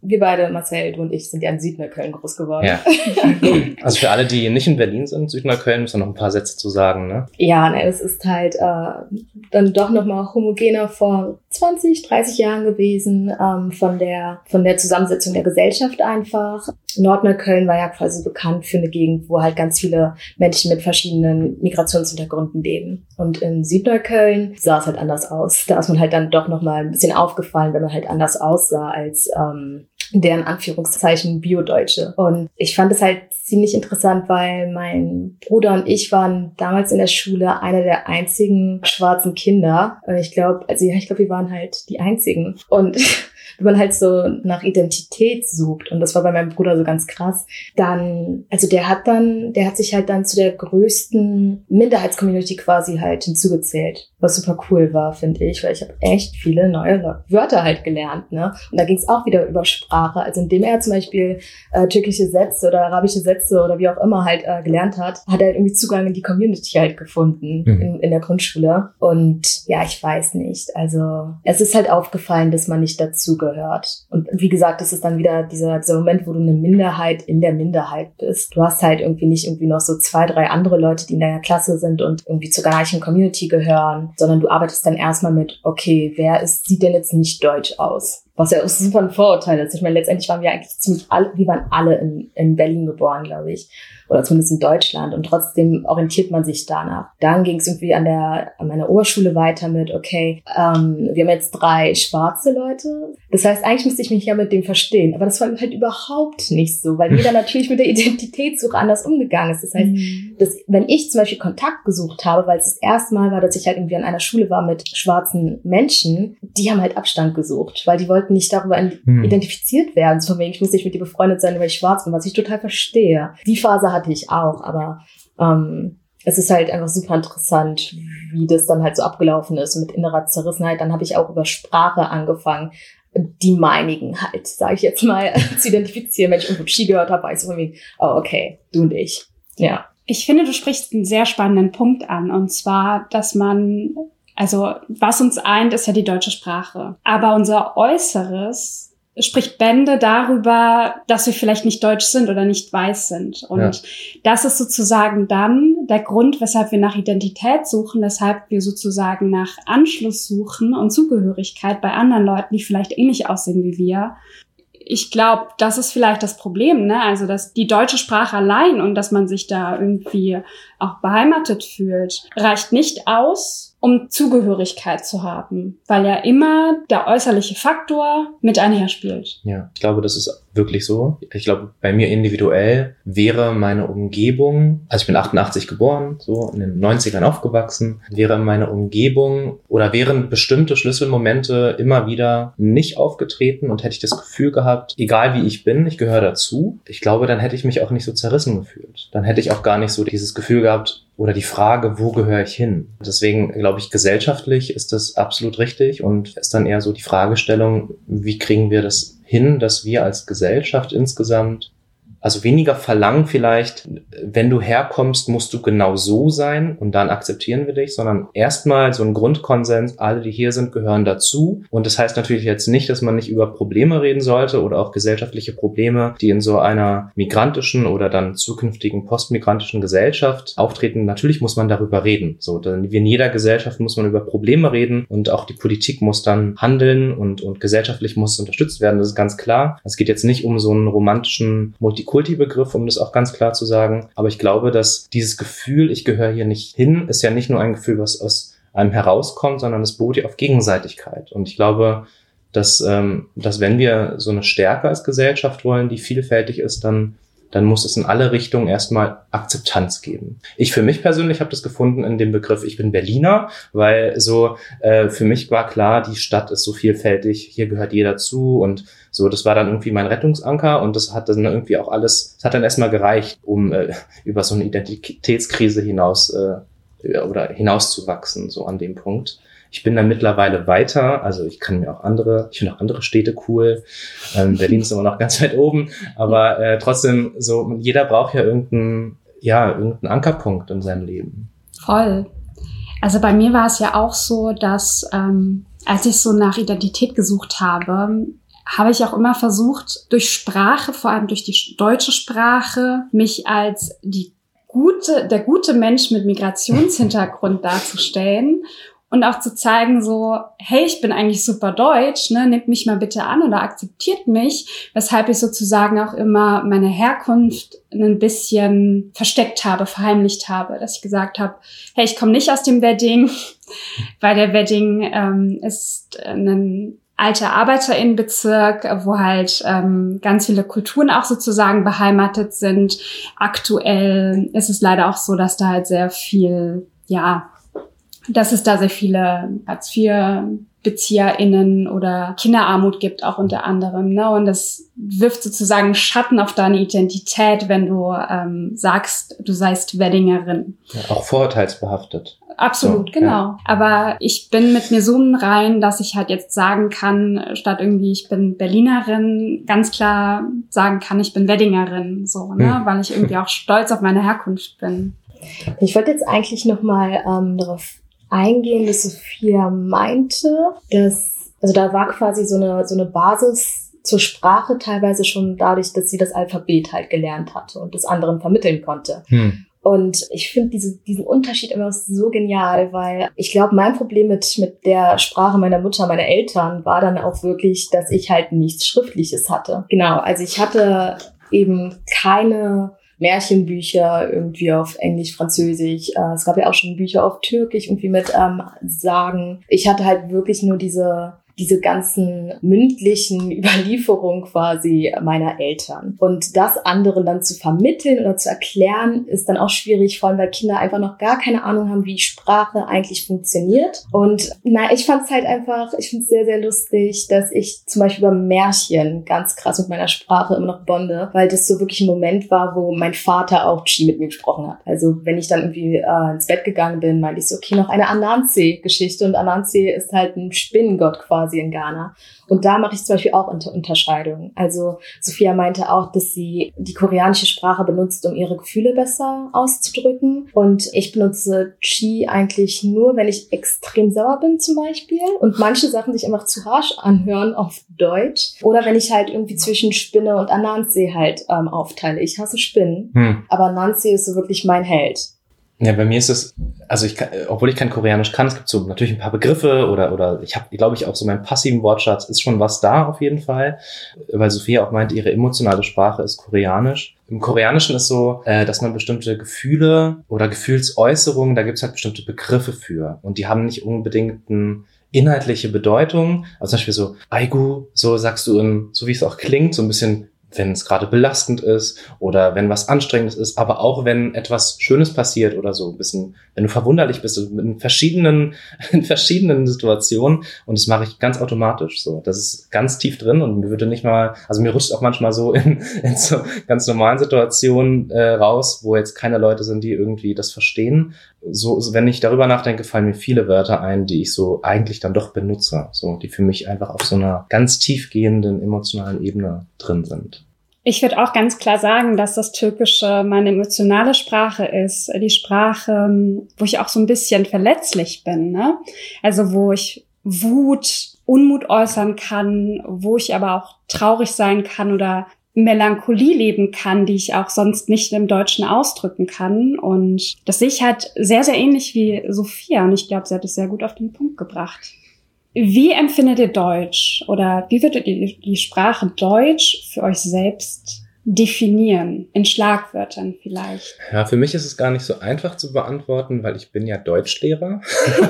wir beide, Marcel, du und ich, sind ja in Südneukölln groß geworden. Ja. Also für alle, die nicht in Berlin sind, Südneukölln, müssen wir noch ein paar Sätze zu sagen, ne? Ja, ne, es ist halt äh, dann doch nochmal homogener vor zwanzig, dreißig Jahren gewesen, ähm, von der von der Zusammensetzung der Gesellschaft einfach. Nordneukölln war ja quasi bekannt für eine Gegend, wo halt ganz viele Menschen mit verschiedenen Migrationshintergründen leben. Und in Südneukölln sah es halt anders aus. Da ist man halt dann doch nochmal ein bisschen aufgefallen, wenn man halt anders aussah als ähm, deren Anführungszeichen Bio-Deutsche. Und ich fand es halt ziemlich interessant, weil mein Bruder und ich waren damals in der Schule einer der einzigen schwarzen Kinder. Und ich glaube, also ja, ich glaube, wir waren halt die einzigen. Und wenn man halt so nach Identität sucht, und das war bei meinem Bruder so ganz krass, dann, also der hat dann, der hat sich halt dann zu der größten Minderheitscommunity quasi halt hinzugezählt, was super cool war, finde ich, weil ich habe echt viele neue Wörter halt gelernt, ne? Und da ging es auch wieder über Sprache, also indem er zum Beispiel äh, türkische Sätze oder arabische Sätze oder wie auch immer halt äh, gelernt hat, hat er halt irgendwie Zugang in die Community halt gefunden, mhm. in, in der Grundschule. Und ja, ich weiß nicht, also es ist halt aufgefallen, dass man nicht dazu gehört. Und wie gesagt, das ist dann wieder dieser, dieser Moment, wo du eine Minderheit in der Minderheit bist. Du hast halt irgendwie nicht irgendwie noch so zwei, drei andere Leute, die in deiner Klasse sind und irgendwie zur gleichen Community gehören, sondern du arbeitest dann erstmal mit, okay, wer ist, sieht denn jetzt nicht deutsch aus? Was ja auch super ein Vorurteil ist. Ich meine, letztendlich waren wir eigentlich ziemlich alle, wir waren alle in, in Berlin geboren, glaube ich. Oder zumindest in Deutschland. Und trotzdem orientiert man sich danach. Dann ging es irgendwie an der, an meiner Oberschule weiter mit, okay, ähm, wir haben jetzt drei schwarze Leute. Das heißt, eigentlich müsste ich mich ja mit dem verstehen. Aber das war halt überhaupt nicht so, weil jeder natürlich mit der Identitätssuche anders umgegangen ist. Das heißt, mhm. dass, wenn ich zum Beispiel Kontakt gesucht habe, weil es das erste Mal war, dass ich halt irgendwie an einer Schule war mit schwarzen Menschen, die haben halt Abstand gesucht, weil die wollten nicht darüber mhm. identifiziert werden. So von wegen, ich muss nicht mit dir befreundet sein, weil ich schwarz bin, was ich total verstehe. Die Phase hatte ich auch, aber ähm, es ist halt einfach super interessant, wie das dann halt so abgelaufen ist mit innerer Zerrissenheit. Dann habe ich auch über Sprache angefangen, die meinigen halt, sage ich jetzt mal, zu identifizieren. Wenn ich irgendwo Ski gehört habe, weiß ich von mir, oh okay, du und ich. Ja. Ich finde, du sprichst einen sehr spannenden Punkt an, und zwar, dass man, also was uns eint, ist ja die deutsche Sprache. Aber unser Äußeres spricht Bände darüber, dass wir vielleicht nicht deutsch sind oder nicht weiß sind. Und ja. das ist sozusagen dann der Grund, weshalb wir nach Identität suchen, weshalb wir sozusagen nach Anschluss suchen und Zugehörigkeit bei anderen Leuten, die vielleicht ähnlich aussehen wie wir. Ich glaube, das ist vielleicht das Problem, ne? Also, dass die deutsche Sprache allein und dass man sich da irgendwie auch beheimatet fühlt, reicht nicht aus, um Zugehörigkeit zu haben, weil ja immer der äußerliche Faktor mit einherspielt. Ja, ich glaube, das ist wirklich so. Ich glaube, bei mir individuell wäre meine Umgebung, also ich bin achtundachtzig geboren, so in den neunzigern aufgewachsen, wäre meine Umgebung oder wären bestimmte Schlüsselmomente immer wieder nicht aufgetreten und hätte ich das Gefühl gehabt, egal wie ich bin, ich gehöre dazu, ich glaube, dann hätte ich mich auch nicht so zerrissen gefühlt. Dann hätte ich auch gar nicht so dieses Gefühl gehabt, oder die Frage, wo gehöre ich hin? Deswegen glaube ich, gesellschaftlich ist das absolut richtig und ist dann eher so die Fragestellung, wie kriegen wir das hin, dass wir als Gesellschaft insgesamt, also weniger verlangen vielleicht, wenn du herkommst, musst du genau so sein und dann akzeptieren wir dich, sondern erstmal so ein Grundkonsens, alle, die hier sind, gehören dazu. Und das heißt natürlich jetzt nicht, dass man nicht über Probleme reden sollte oder auch gesellschaftliche Probleme, die in so einer migrantischen oder dann zukünftigen postmigrantischen Gesellschaft auftreten. Natürlich muss man darüber reden. So, denn wie in jeder Gesellschaft muss man über Probleme reden und auch die Politik muss dann handeln und, und gesellschaftlich muss unterstützt werden. Das ist ganz klar. Es geht jetzt nicht um so einen romantischen Multikulturalismus, Kulti-Begriff, um das auch ganz klar zu sagen. Aber ich glaube, dass dieses Gefühl, ich gehöre hier nicht hin, ist ja nicht nur ein Gefühl, was aus einem herauskommt, sondern es beruht ja auf Gegenseitigkeit. Und ich glaube, dass, ähm, dass wenn wir so eine Stärke als Gesellschaft wollen, die vielfältig ist, dann dann muss es in alle Richtungen erstmal Akzeptanz geben. Ich für mich persönlich habe das gefunden in dem Begriff, ich bin Berliner, weil so äh, für mich war klar, die Stadt ist so vielfältig, hier gehört jeder zu und so, das war dann irgendwie mein Rettungsanker und das hat dann irgendwie auch alles, das hat dann erstmal gereicht, um äh, über so eine Identitätskrise hinaus äh, oder hinauszuwachsen, so an dem Punkt. Ich bin da mittlerweile weiter, also ich kann mir auch andere, ich finde auch andere Städte cool. Ähm, Berlin ist immer noch ganz weit oben, aber äh, trotzdem so, jeder braucht ja irgendeinen, ja, irgendeinen Ankerpunkt in seinem Leben. Voll. Also bei mir war es ja auch so, dass ähm, als ich so nach Identität gesucht habe, habe ich auch immer versucht, durch Sprache, vor allem durch die deutsche Sprache, mich als die gute, der gute Mensch mit Migrationshintergrund darzustellen und auch zu zeigen so, hey, ich bin eigentlich super deutsch, ne, nehmt mich mal bitte an oder akzeptiert mich, weshalb ich sozusagen auch immer meine Herkunft ein bisschen versteckt habe, verheimlicht habe, dass ich gesagt habe, hey, ich komme nicht aus dem Wedding, weil der Wedding ähm, ist ein alter ArbeiterInnenbezirk, wo halt ähm, ganz viele Kulturen auch sozusagen beheimatet sind. Aktuell ist es leider auch so, dass da halt sehr viel, ja, dass es da sehr viele Hartz-vier-BezieherInnen oder Kinderarmut gibt, auch unter anderem, ne? Und das wirft sozusagen Schatten auf deine Identität, wenn du ähm, sagst, du seist Weddingerin. Ja, auch vorurteilsbehaftet. Absolut, so, genau. Ja. Aber ich bin mit mir so rein, dass ich halt jetzt sagen kann, statt irgendwie ich bin Berlinerin, ganz klar sagen kann, ich bin Weddingerin, so, ne? Hm. Weil ich irgendwie auch stolz auf meine Herkunft bin. Ich wollte jetzt eigentlich nochmal ähm, darauf eingehen, dass Sophia meinte, dass, also da war quasi so eine, so eine Basis zur Sprache teilweise schon dadurch, dass sie das Alphabet halt gelernt hatte und das anderen vermitteln konnte. Hm. Und ich finde diese, diesen Unterschied immer so genial, weil ich glaube, mein Problem mit, mit der Sprache meiner Mutter, meiner Eltern war dann auch wirklich, dass ich halt nichts Schriftliches hatte. Genau, also ich hatte eben keine Märchenbücher irgendwie auf Englisch, Französisch. Äh, es gab ja auch schon Bücher auf Türkisch irgendwie mit ähm, Sagen. Ich hatte halt wirklich nur diese diese ganzen mündlichen Überlieferungen quasi meiner Eltern. Und das anderen dann zu vermitteln oder zu erklären, ist dann auch schwierig, vor allem weil Kinder einfach noch gar keine Ahnung haben, wie Sprache eigentlich funktioniert. Und na, ich fand es halt einfach, ich finde es sehr, sehr lustig, dass ich zum Beispiel beim Märchen ganz krass mit meiner Sprache immer noch bonde, weil das so wirklich ein Moment war, wo mein Vater auch Chi mit mir gesprochen hat. Also wenn ich dann irgendwie äh, ins Bett gegangen bin, meinte ich so, okay, noch eine Anansi-Geschichte. Und Anansi ist halt ein Spinnengott quasi in Ghana. Und da mache ich zum Beispiel auch Unter- Unterscheidungen. Also Sophia meinte auch, dass sie die koreanische Sprache benutzt, um ihre Gefühle besser auszudrücken. Und ich benutze Chi eigentlich nur, wenn ich extrem sauer bin zum Beispiel und manche Sachen sich einfach zu harsch anhören auf Deutsch. Oder wenn ich halt irgendwie zwischen Spinne und Anansi halt ähm, aufteile. Ich hasse Spinnen, hm. aber Anansi ist so wirklich mein Held. Ja, bei mir ist es, also ich kann, obwohl ich kein Koreanisch kann, es gibt so natürlich ein paar Begriffe oder oder ich habe, glaube ich, auch so meinen passiven Wortschatz ist schon was da auf jeden Fall, weil Sophia auch meinte, ihre emotionale Sprache ist Koreanisch. Im Koreanischen ist so, äh, dass man bestimmte Gefühle oder Gefühlsäußerungen, da gibt es halt bestimmte Begriffe für und die haben nicht unbedingt einen inhaltliche Bedeutung. Also zum Beispiel so Aigu, so sagst du in, so wie es auch klingt, so ein bisschen, wenn es gerade belastend ist oder wenn was Anstrengendes ist, aber auch wenn etwas Schönes passiert oder so ein bisschen, wenn du verwunderlich bist, in verschiedenen, in verschiedenen Situationen und das mache ich ganz automatisch so. Das ist ganz tief drin und mir würde nicht mal, also mir rutscht auch manchmal so in, in so ganz normalen Situationen äh, raus, wo jetzt keine Leute sind, die irgendwie das verstehen. So, so, wenn ich darüber nachdenke, fallen mir viele Wörter ein, die ich so eigentlich dann doch benutze, so, die für mich einfach auf so einer ganz tiefgehenden emotionalen Ebene drin sind. Ich würde auch ganz klar sagen, dass das Türkische meine emotionale Sprache ist, die Sprache, wo ich auch so ein bisschen verletzlich bin, ne? Also wo ich Wut, Unmut äußern kann, wo ich aber auch traurig sein kann oder Melancholie leben kann, die ich auch sonst nicht im Deutschen ausdrücken kann. Und das sehe ich halt sehr, sehr ähnlich wie Sophia. Und ich glaube, sie hat es sehr gut auf den Punkt gebracht. Wie empfindet ihr Deutsch? Oder wie würdet ihr die Sprache Deutsch für euch selbst definieren? In Schlagwörtern vielleicht. Ja, für mich ist es gar nicht so einfach zu beantworten, weil ich bin ja Deutschlehrer.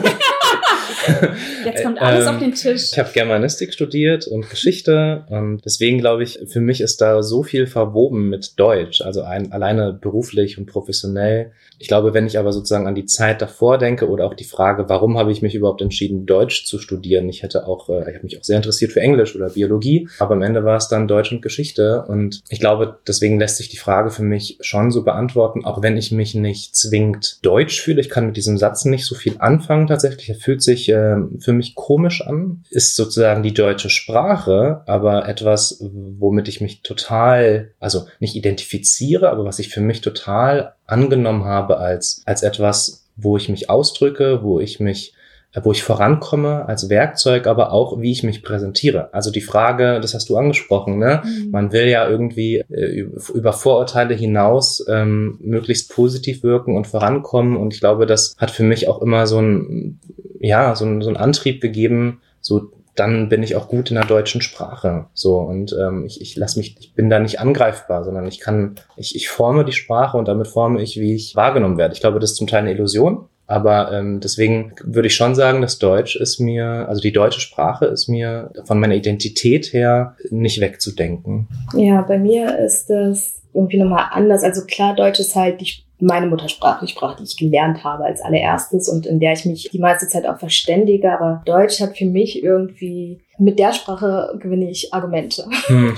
Jetzt kommt alles ähm, auf den Tisch. Ich habe Germanistik studiert und Geschichte und deswegen glaube ich, für mich ist da so viel verwoben mit Deutsch, also ein, alleine beruflich und professionell. Ich glaube, wenn ich aber sozusagen an die Zeit davor denke oder auch die Frage, warum habe ich mich überhaupt entschieden, Deutsch zu studieren? Ich hätte auch, äh, ich habe mich auch sehr interessiert für Englisch oder Biologie, aber am Ende war es dann Deutsch und Geschichte und ich glaube, deswegen lässt sich die Frage für mich schon so beantworten, auch wenn ich mich nicht zwingend deutsch fühle. Ich kann mit diesem Satz nicht so viel anfangen tatsächlich. Er fühlt sich äh, für mich komisch an, ist sozusagen die deutsche Sprache, aber etwas, womit ich mich total, also nicht identifiziere, aber was ich für mich total angenommen habe als als etwas, wo ich mich ausdrücke, wo ich mich wo ich vorankomme als Werkzeug, aber auch, wie ich mich präsentiere. Also die Frage, das hast du angesprochen, ne? Mhm. Man will ja irgendwie äh, über Vorurteile hinaus ähm, möglichst positiv wirken und vorankommen. Und ich glaube, das hat für mich auch immer so ein, ja, so ein, so ein Antrieb gegeben, so dann bin ich auch gut in der deutschen Sprache. So, und ähm, ich, ich lass mich, ich bin da nicht angreifbar, sondern ich kann, ich, ich forme die Sprache und damit forme ich, wie ich wahrgenommen werde. Ich glaube, das ist zum Teil eine Illusion, aber ähm, deswegen würde ich schon sagen, dass Deutsch ist mir, also die deutsche Sprache ist mir von meiner Identität her nicht wegzudenken. Ja, bei mir ist das irgendwie nochmal anders. Also klar, Deutsch ist halt die meine Muttersprache, die Sprache, die ich gelernt habe als allererstes und in der ich mich die meiste Zeit auch verständige. Aber Deutsch hat für mich irgendwie, mit der Sprache gewinne ich Argumente. Hm.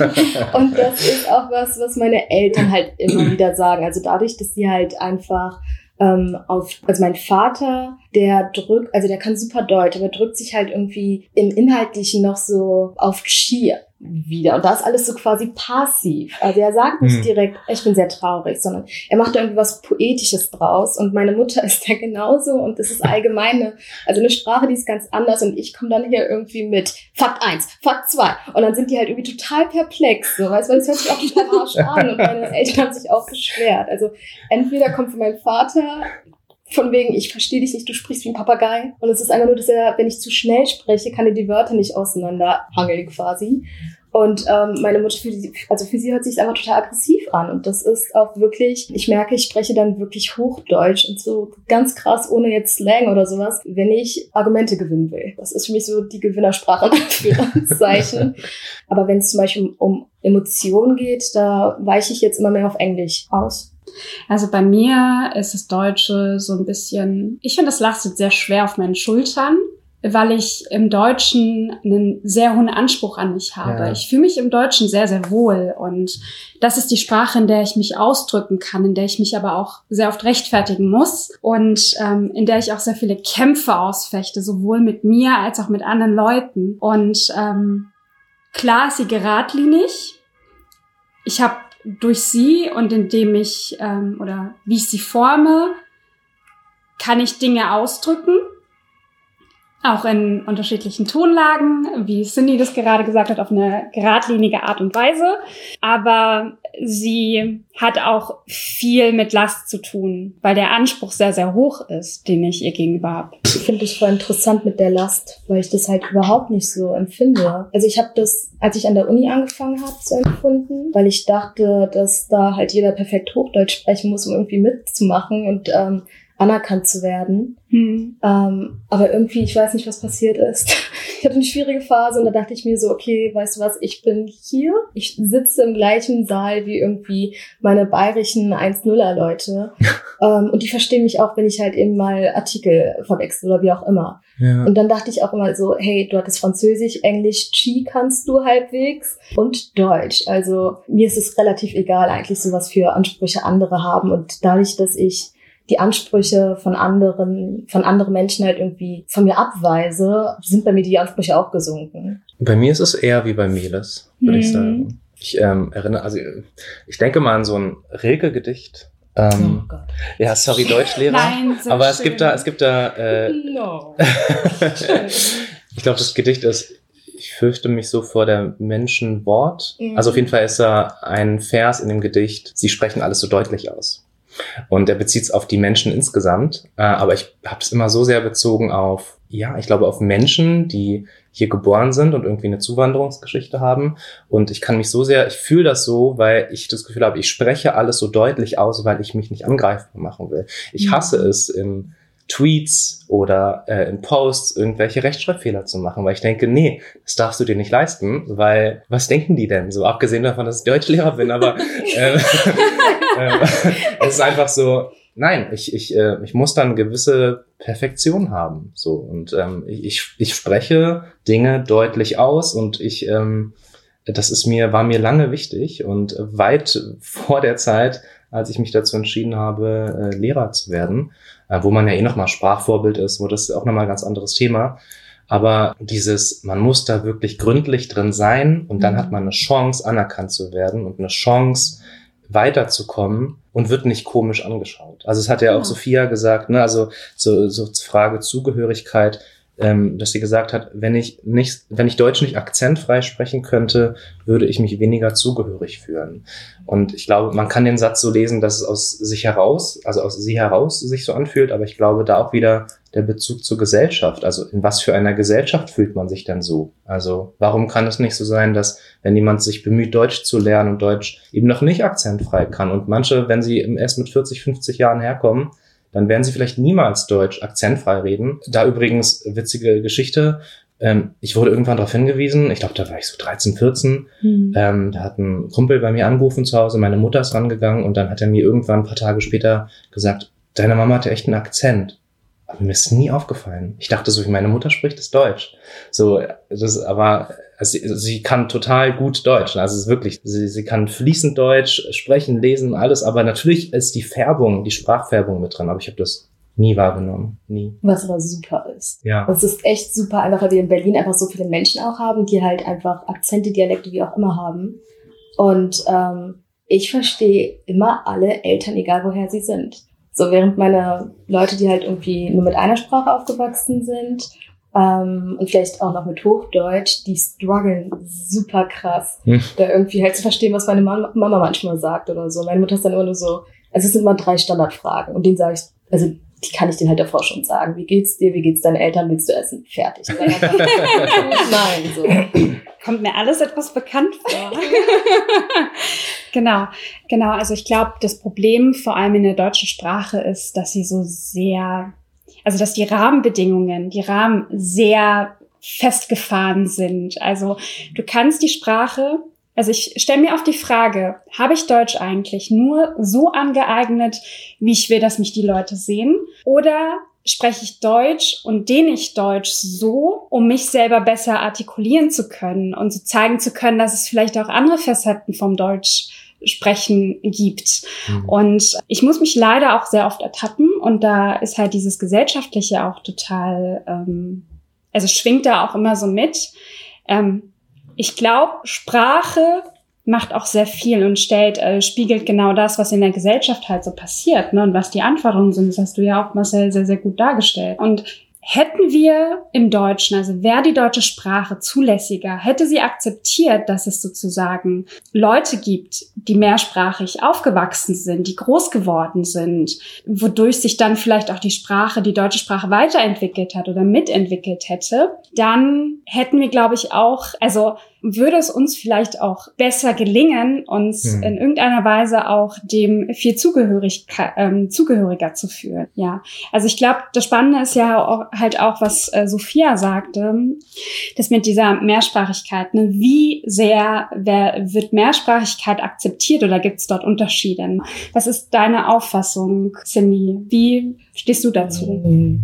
Und das ist auch was, was meine Eltern halt immer wieder sagen. Also dadurch, dass sie halt einfach ähm, auf, also mein Vater, der drückt, also der kann super Deutsch, aber drückt sich halt irgendwie im Inhaltlichen noch so auf Ski wieder. Und da ist alles so quasi passiv. Also er sagt nicht hm. direkt, ich bin sehr traurig, sondern er macht da irgendwie was Poetisches draus. Und meine Mutter ist da genauso. Und das ist allgemeine, also eine Sprache, die ist ganz anders. Und ich komme dann hier irgendwie mit Fakt eins, Fakt zwei. Und dann sind die halt irgendwie total perplex. So, weißt du, weil das hört sich auch total harsch an. Und meine Eltern haben sich auch beschwert. Also entweder kommt von meinem Vater von wegen, ich verstehe dich nicht, du sprichst wie ein Papagei. Und es ist einfach nur, dass er, wenn ich zu schnell spreche, kann er die Wörter nicht auseinanderhangeln quasi. Und ähm, meine Mutter, für sie, also für sie hört sich einfach total aggressiv an. Und das ist auch wirklich, ich merke, ich spreche dann wirklich Hochdeutsch und so ganz krass, ohne jetzt Slang oder sowas, wenn ich Argumente gewinnen will. Das ist für mich so die Gewinnersprache in Anführungszeichen. Aber wenn es zum Beispiel um, um Emotionen geht, da weiche ich jetzt immer mehr auf Englisch aus. Also bei mir ist das Deutsche so ein bisschen, ich finde, das lastet sehr schwer auf meinen Schultern, weil ich im Deutschen einen sehr hohen Anspruch an mich habe. Ja. Ich fühle mich im Deutschen sehr, sehr wohl und das ist die Sprache, in der ich mich ausdrücken kann, in der ich mich aber auch sehr oft rechtfertigen muss und ähm, in der ich auch sehr viele Kämpfe ausfechte, sowohl mit mir als auch mit anderen Leuten. Und ähm, klar ist sie geradlinig. Ich habe durch sie und indem ich, ähm, oder wie ich sie forme, kann ich Dinge ausdrücken, auch in unterschiedlichen Tonlagen, wie Cindy das gerade gesagt hat, auf eine geradlinige Art und Weise. Aber sie hat auch viel mit Last zu tun, weil der Anspruch sehr, sehr hoch ist, den ich ihr gegenüber habe. Ich finde das voll interessant mit der Last, weil ich das halt überhaupt nicht so empfinde. Also ich habe das, als ich an der Uni angefangen habe, so empfunden, weil ich dachte, dass da halt jeder perfekt Hochdeutsch sprechen muss, um irgendwie mitzumachen und ähm, anerkannt zu werden. Hm. Ähm, aber irgendwie, ich weiß nicht, was passiert ist. Ich hatte eine schwierige Phase und da dachte ich mir so, okay, weißt du was, ich bin hier, ich sitze im gleichen Saal wie irgendwie meine bayerischen eins nuller Leute ähm, und die verstehen mich auch, wenn ich halt eben mal Artikel verwechsel oder wie auch immer. Ja. Und dann dachte ich auch immer so, hey, du hattest Französisch, Englisch, Chi kannst du halbwegs und Deutsch. Also mir ist es relativ egal eigentlich, so was für Ansprüche andere haben und dadurch, dass ich die Ansprüche von anderen, von anderen Menschen halt irgendwie von mir abweise, sind bei mir die Ansprüche auch gesunken. Bei mir ist es eher wie bei Meles, würde hm. ich sagen. Ich ähm, erinnere, also ich denke mal an so ein Rilke-Gedicht. Ähm, oh Gott. Ja, sorry, Deutschlehrer. Nein, so aber schön. es gibt da, es gibt da. Äh, no. Ich glaube, das Gedicht ist: Ich fürchte mich so vor der Menschenwort. Mhm. Also auf jeden Fall ist da ein Vers in dem Gedicht: Sie sprechen alles so deutlich aus. Und er bezieht es auf die Menschen insgesamt, äh, aber ich habe es immer so sehr bezogen auf, ja, ich glaube auf Menschen, die hier geboren sind und irgendwie eine Zuwanderungsgeschichte haben. Und ich kann mich so sehr, ich fühle das so, weil ich das Gefühl habe, ich spreche alles so deutlich aus, weil ich mich nicht angreifbar machen will. Ich hasse mhm. es, in Tweets oder äh, in Posts irgendwelche Rechtschreibfehler zu machen, weil ich denke, nee, das darfst du dir nicht leisten, weil was denken die denn? So abgesehen davon, dass ich Deutschlehrer bin, aber äh, äh, es ist einfach so, nein, ich ich äh, ich muss dann gewisse Perfektion haben, so und ähm, ich ich spreche Dinge deutlich aus und ich ähm, das ist mir war mir lange wichtig und weit vor der Zeit, als ich mich dazu entschieden habe, äh, Lehrer zu werden, äh, wo man ja eh nochmal Sprachvorbild ist, wo das auch nochmal ein ganz anderes Thema. Aber dieses, man muss da wirklich gründlich drin sein und dann hat man eine Chance, anerkannt zu werden und eine Chance, weiterzukommen und wird nicht komisch angeschaut. Also es hat ja auch ja. Sophia gesagt, ne, also so, so zur Frage Zugehörigkeit, ähm, dass sie gesagt hat, wenn ich nicht, wenn ich Deutsch nicht akzentfrei sprechen könnte, würde ich mich weniger zugehörig fühlen. Und ich glaube, man kann den Satz so lesen, dass es aus sich heraus, also aus sie heraus sich so anfühlt, aber ich glaube, da auch wieder der Bezug zur Gesellschaft. Also in was für einer Gesellschaft fühlt man sich denn so? Also warum kann es nicht so sein, dass wenn jemand sich bemüht, Deutsch zu lernen und Deutsch eben noch nicht akzentfrei kann und manche, wenn sie erst mit vierzig, fünfzig Jahren herkommen, dann werden sie vielleicht niemals Deutsch akzentfrei reden. Da übrigens witzige Geschichte. Ähm, ich wurde irgendwann darauf hingewiesen, ich glaube, da war ich so dreizehn, vierzehn. Mhm. Ähm, da hat ein Kumpel bei mir angerufen zu Hause, meine Mutter ist rangegangen und dann hat er mir irgendwann ein paar Tage später gesagt, deine Mama hatte echt einen Akzent. Aber mir ist nie aufgefallen. Ich dachte so, wie meine Mutter spricht, ist Deutsch. So, das, aber also sie, sie kann total gut Deutsch. Also es ist wirklich, sie, sie kann fließend Deutsch sprechen, lesen, alles. Aber natürlich ist die Färbung, die Sprachfärbung mit dran. Aber ich habe das nie wahrgenommen, nie. Was aber super ist. Ja. Das ist echt super, einfach weil wir in Berlin einfach so viele Menschen auch haben, die halt einfach Akzente, Dialekte, wie auch immer haben. Und ähm, ich verstehe immer alle Eltern, egal woher sie sind. So, während meine Leute, die halt irgendwie nur mit einer Sprache aufgewachsen sind ähm, und vielleicht auch noch mit Hochdeutsch, die strugglen super krass, hm. da irgendwie halt zu verstehen, was meine Mama, Mama manchmal sagt oder so. Meine Mutter ist dann immer nur so, also es sind immer drei Standardfragen und denen sage ich, also die kann ich denen halt davor schon sagen. Wie geht's dir? Wie geht's deinen Eltern? Willst du essen? Fertig. Nein, so. Kommt mir alles etwas bekannt vor. Genau, genau. Also ich glaube, das Problem vor allem in der deutschen Sprache ist, dass sie so sehr, also dass die Rahmenbedingungen, die Rahmen sehr festgefahren sind. Also du kannst die Sprache, also ich stelle mir oft die Frage, habe ich Deutsch eigentlich nur so angeeignet, wie ich will, dass mich die Leute sehen? Oder spreche ich Deutsch und dehne ich Deutsch so, um mich selber besser artikulieren zu können und so zeigen zu können, dass es vielleicht auch andere Facetten vom Deutsch Sprechen gibt. Mhm. Und ich muss mich leider auch sehr oft ertappen und da ist halt dieses Gesellschaftliche auch total, ähm, also schwingt da auch immer so mit. Ähm, ich glaube, Sprache macht auch sehr viel und stellt, äh, spiegelt genau das, was in der Gesellschaft halt so passiert, ne, und was die Anforderungen sind. Das hast du ja auch, Marcel, sehr, sehr gut dargestellt. Und hätten wir im Deutschen, also wäre die deutsche Sprache zulässiger, hätte sie akzeptiert, dass es sozusagen Leute gibt, die mehrsprachig aufgewachsen sind, die groß geworden sind, wodurch sich dann vielleicht auch die Sprache, die deutsche Sprache weiterentwickelt hat oder mitentwickelt hätte, dann hätten wir, glaube ich, auch, also würde es uns vielleicht auch besser gelingen, uns hm. in irgendeiner Weise auch dem viel zugehörig, ähm, zugehöriger zu fühlen. Ja, also ich glaube, das Spannende ist ja auch, halt auch, was äh, Sophia sagte, das mit dieser Mehrsprachigkeit. Ne? Wie sehr wer, wird Mehrsprachigkeit akzeptiert oder gibt es dort Unterschiede? Was ist deine Auffassung, Cindy? Wie stehst du dazu?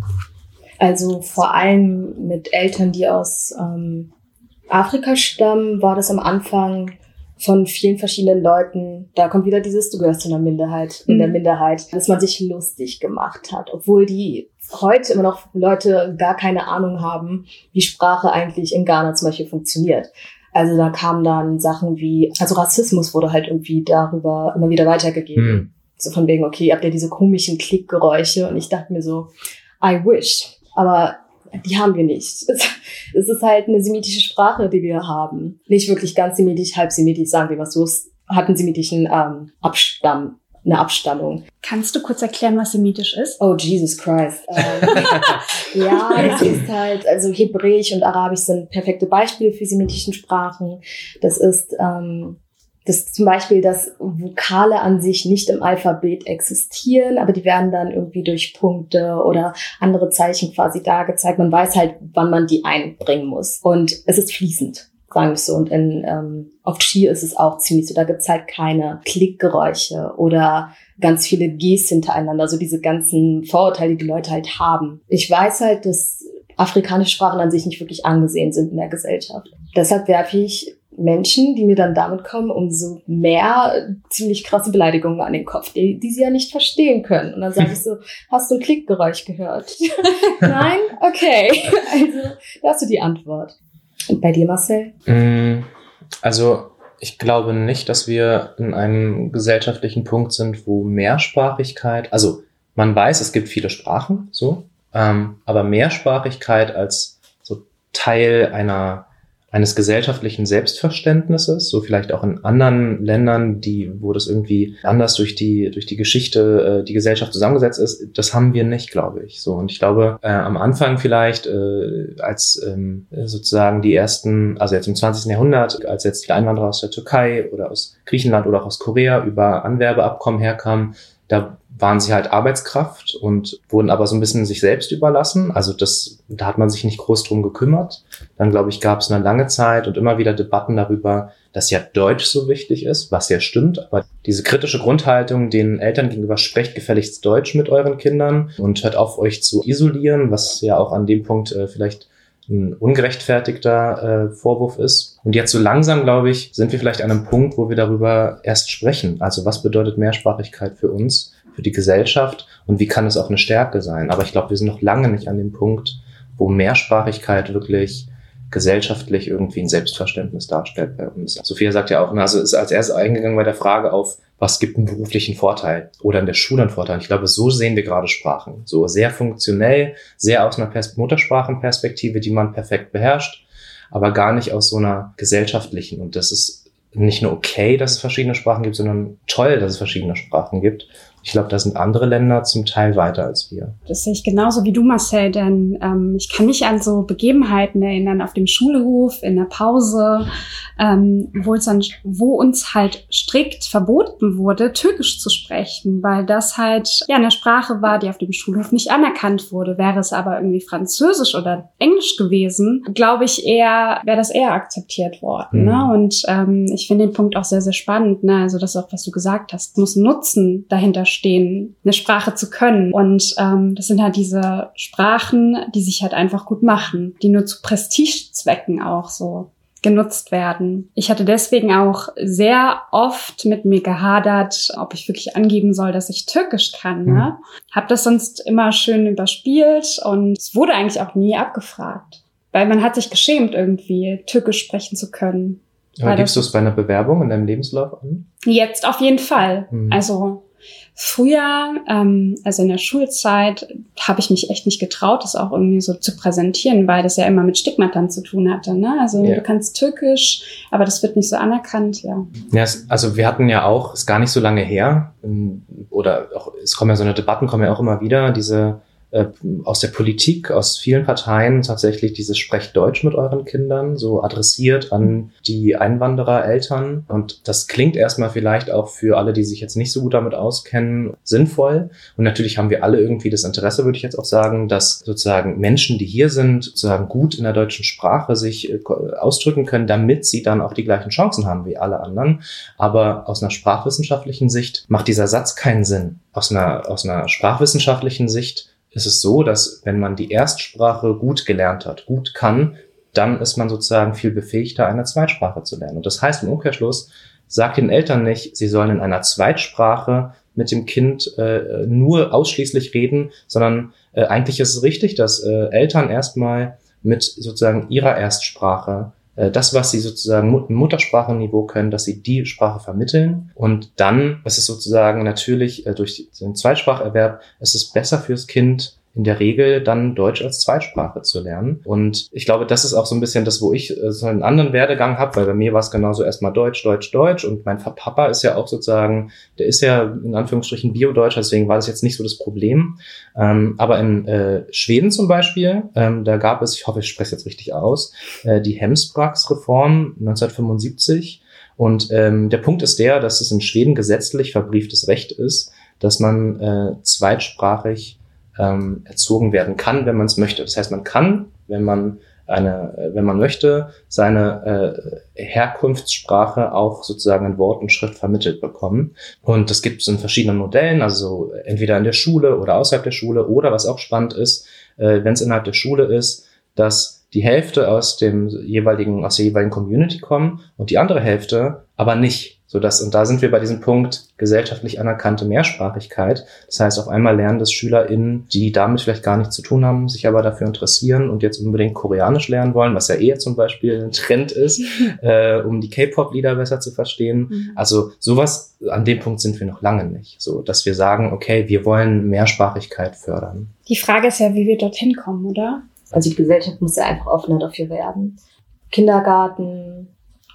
Also vor allem mit Eltern, die aus ähm, Afrika stammen, war das am Anfang von vielen verschiedenen Leuten, da kommt wieder dieses, du gehörst zu einer Minderheit, in mhm. der Minderheit, dass man sich lustig gemacht hat, obwohl die heute immer noch Leute gar keine Ahnung haben, wie Sprache eigentlich in Ghana zum Beispiel funktioniert. Also da kamen dann Sachen wie, also Rassismus wurde halt irgendwie darüber immer wieder weitergegeben. Mhm. So von wegen, okay, habt ihr diese komischen Klickgeräusche? Und ich dachte mir so, I wish. Aber die haben wir nicht. Es ist halt eine semitische Sprache, die wir haben. Nicht wirklich ganz semitisch, halb semitisch, sagen wir mal so. Es hat einen semitischen ähm, Abstamm, eine Abstammung. Kannst du kurz erklären, was semitisch ist? Oh, Jesus Christ. Ähm, ja, das ist halt, also Hebräisch und Arabisch sind perfekte Beispiele für semitischen Sprachen. Das ist ähm, Das zum Beispiel, dass Vokale an sich nicht im Alphabet existieren, aber die werden dann irgendwie durch Punkte oder andere Zeichen quasi dargezeigt. Man weiß halt, wann man die einbringen muss. Und es ist fließend, sagen wir so. Und in, ähm, auf Twi ist es auch ziemlich so. Da gibt's halt keine Klickgeräusche oder ganz viele Gs hintereinander. So diese ganzen Vorurteile, die die Leute halt haben. Ich weiß halt, dass afrikanische Sprachen an sich nicht wirklich angesehen sind in der Gesellschaft. Deshalb werfe ich Menschen, die mir dann damit kommen, umso mehr ziemlich krasse Beleidigungen an den Kopf, die, die sie ja nicht verstehen können. Und dann sage ich so, hast du ein Klickgeräusch gehört? Nein? Okay. Also, da hast du die Antwort. Und bei dir, Marcel? Also, Ich glaube nicht, dass wir in einem gesellschaftlichen Punkt sind, wo Mehrsprachigkeit, also man weiß, es gibt viele Sprachen, so, ähm, aber Mehrsprachigkeit als so Teil einer eines gesellschaftlichen Selbstverständnisses, so vielleicht auch in anderen Ländern, die, wo das irgendwie anders durch die, durch die Geschichte, äh, die Gesellschaft zusammengesetzt ist, das haben wir nicht, glaube ich, so. Und ich glaube, äh, am Anfang vielleicht, äh, als, ähm, sozusagen die ersten, also jetzt im zwanzigsten Jahrhundert, als jetzt die Einwanderer aus der Türkei oder aus Griechenland oder auch aus Korea über Anwerbeabkommen herkamen, da waren sie halt Arbeitskraft und wurden aber so ein bisschen sich selbst überlassen. Also das, da hat man sich nicht groß drum gekümmert. Dann, glaube ich, gab es eine lange Zeit und immer wieder Debatten darüber, dass ja Deutsch so wichtig ist, was ja stimmt. Aber diese kritische Grundhaltung den Eltern gegenüber, sprecht gefälligst Deutsch mit euren Kindern und hört auf, euch zu isolieren, was ja auch an dem Punkt äh, vielleicht ein ungerechtfertigter äh, Vorwurf ist. Und jetzt so langsam, glaube ich, sind wir vielleicht an einem Punkt, wo wir darüber erst sprechen. Also was bedeutet Mehrsprachigkeit für uns, für die Gesellschaft und wie kann es auch eine Stärke sein? Aber ich glaube, wir sind noch lange nicht an dem Punkt, wo Mehrsprachigkeit wirklich gesellschaftlich irgendwie ein Selbstverständnis darstellt bei uns. Sophia sagt ja auch, also ist als erstes eingegangen bei der Frage auf, was gibt einen beruflichen Vorteil oder in der Schule einen Vorteil. Ich glaube, so sehen wir gerade Sprachen. So sehr funktionell, sehr aus einer Pers- Muttersprachenperspektive, die man perfekt beherrscht, aber gar nicht aus so einer gesellschaftlichen. Und das ist nicht nur okay, dass es verschiedene Sprachen gibt, sondern toll, dass es verschiedene Sprachen gibt. Ich glaube, da sind andere Länder zum Teil weiter als wir. Das sehe ich genauso wie du, Marcel, denn ähm, ich kann mich an so Begebenheiten erinnern auf dem Schulhof, in der Pause, ähm, wo, uns dann, wo uns halt strikt verboten wurde, Türkisch zu sprechen, weil das halt ja eine Sprache war, die auf dem Schulhof nicht anerkannt wurde. Wäre es aber irgendwie Französisch oder Englisch gewesen, glaube ich eher, wäre das eher akzeptiert worden. Mhm. Ne? Und ähm, ich finde den Punkt auch sehr, sehr spannend. Ne? Also das ist auch, was du gesagt hast, muss Nutzen dahinter stehen, eine Sprache zu können. Und ähm, das sind halt diese Sprachen, die sich halt einfach gut machen, die nur zu Prestigezwecken auch so genutzt werden. Ich hatte deswegen auch sehr oft mit mir gehadert, ob ich wirklich angeben soll, dass ich Türkisch kann. Mhm. Ne? Hab das sonst immer schön überspielt und es wurde eigentlich auch nie abgefragt, weil man hat sich geschämt, irgendwie Türkisch sprechen zu können. Aber gibst du es bei einer Bewerbung in deinem Lebenslauf an? Jetzt auf jeden Fall. Mhm. Also früher, ähm, also in der Schulzeit, habe ich mich echt nicht getraut, das auch irgendwie so zu präsentieren, weil das ja immer mit Stigmata zu tun hatte. Ne? Also ja. Du kannst Türkisch, aber das wird nicht so anerkannt, ja. Ja, es, also wir hatten ja auch, ist gar nicht so lange her, oder auch, es kommen ja so eine Debatten, kommen ja auch immer wieder, diese äh, aus der Politik, aus vielen Parteien tatsächlich dieses Sprecht Deutsch mit euren Kindern, so adressiert an die Einwanderereltern. Und das klingt erstmal vielleicht auch für alle, die sich jetzt nicht so gut damit auskennen, sinnvoll. Und natürlich haben wir alle irgendwie das Interesse, würde ich jetzt auch sagen, dass sozusagen Menschen, die hier sind, sozusagen gut in der deutschen Sprache sich äh, ausdrücken können, damit sie dann auch die gleichen Chancen haben wie alle anderen. Aber aus einer sprachwissenschaftlichen Sicht macht dieser Satz keinen Sinn. Aus einer, aus einer sprachwissenschaftlichen Sicht ist es so, dass wenn man die Erstsprache gut gelernt hat, gut kann, dann ist man sozusagen viel befähigter, eine Zweitsprache zu lernen. Und das heißt im Umkehrschluss, sagt den Eltern nicht, sie sollen in einer Zweitsprache mit dem Kind äh, nur ausschließlich reden, sondern äh, eigentlich ist es richtig, dass äh, Eltern erstmal mit sozusagen ihrer Erstsprache das, was sie sozusagen im Muttersprachenniveau können, dass sie die Sprache vermitteln. Und dann ist es sozusagen natürlich durch den Zweitspracherwerb, ist es besser fürs Kind, in der Regel dann Deutsch als Zweitsprache zu lernen. Und ich glaube, das ist auch so ein bisschen das, wo ich so einen anderen Werdegang habe, weil bei mir war es genauso erstmal Deutsch, Deutsch, Deutsch. Und mein Papa ist ja auch sozusagen, der ist ja in Anführungsstrichen Bio-Deutscher, deswegen war das jetzt nicht so das Problem. Ähm, aber in äh, Schweden zum Beispiel, ähm, da gab es, ich hoffe, ich spreche es jetzt richtig aus, äh, die Hemsprax-Reform neunzehnhundertfünfundsiebzig. Und ähm, der Punkt ist der, dass es in Schweden gesetzlich verbrieftes Recht ist, dass man äh, zweitsprachig ähm, erzogen werden kann, wenn man es möchte. Das heißt, man kann, wenn man eine, wenn man möchte, seine äh, Herkunftssprache auch sozusagen in Wort und Schrift vermittelt bekommen. Und das gibt es in verschiedenen Modellen, also entweder in der Schule oder außerhalb der Schule, oder was auch spannend ist, äh, wenn es innerhalb der Schule ist, dass die Hälfte aus dem jeweiligen, aus der jeweiligen Community kommen und die andere Hälfte aber nicht. So dass, und da sind wir bei diesem Punkt gesellschaftlich anerkannte Mehrsprachigkeit. Das heißt, auf einmal lernen das SchülerInnen, die damit vielleicht gar nichts zu tun haben, sich aber dafür interessieren und jetzt unbedingt Koreanisch lernen wollen, was ja eher zum Beispiel ein Trend ist, äh, um die K-Pop-Lieder besser zu verstehen. Mhm. Also sowas, an dem Punkt sind wir noch lange nicht. So, dass wir sagen, okay, wir wollen Mehrsprachigkeit fördern. Die Frage ist ja, wie wir dorthin kommen, oder? Also die Gesellschaft muss ja einfach offener dafür werden. Kindergarten,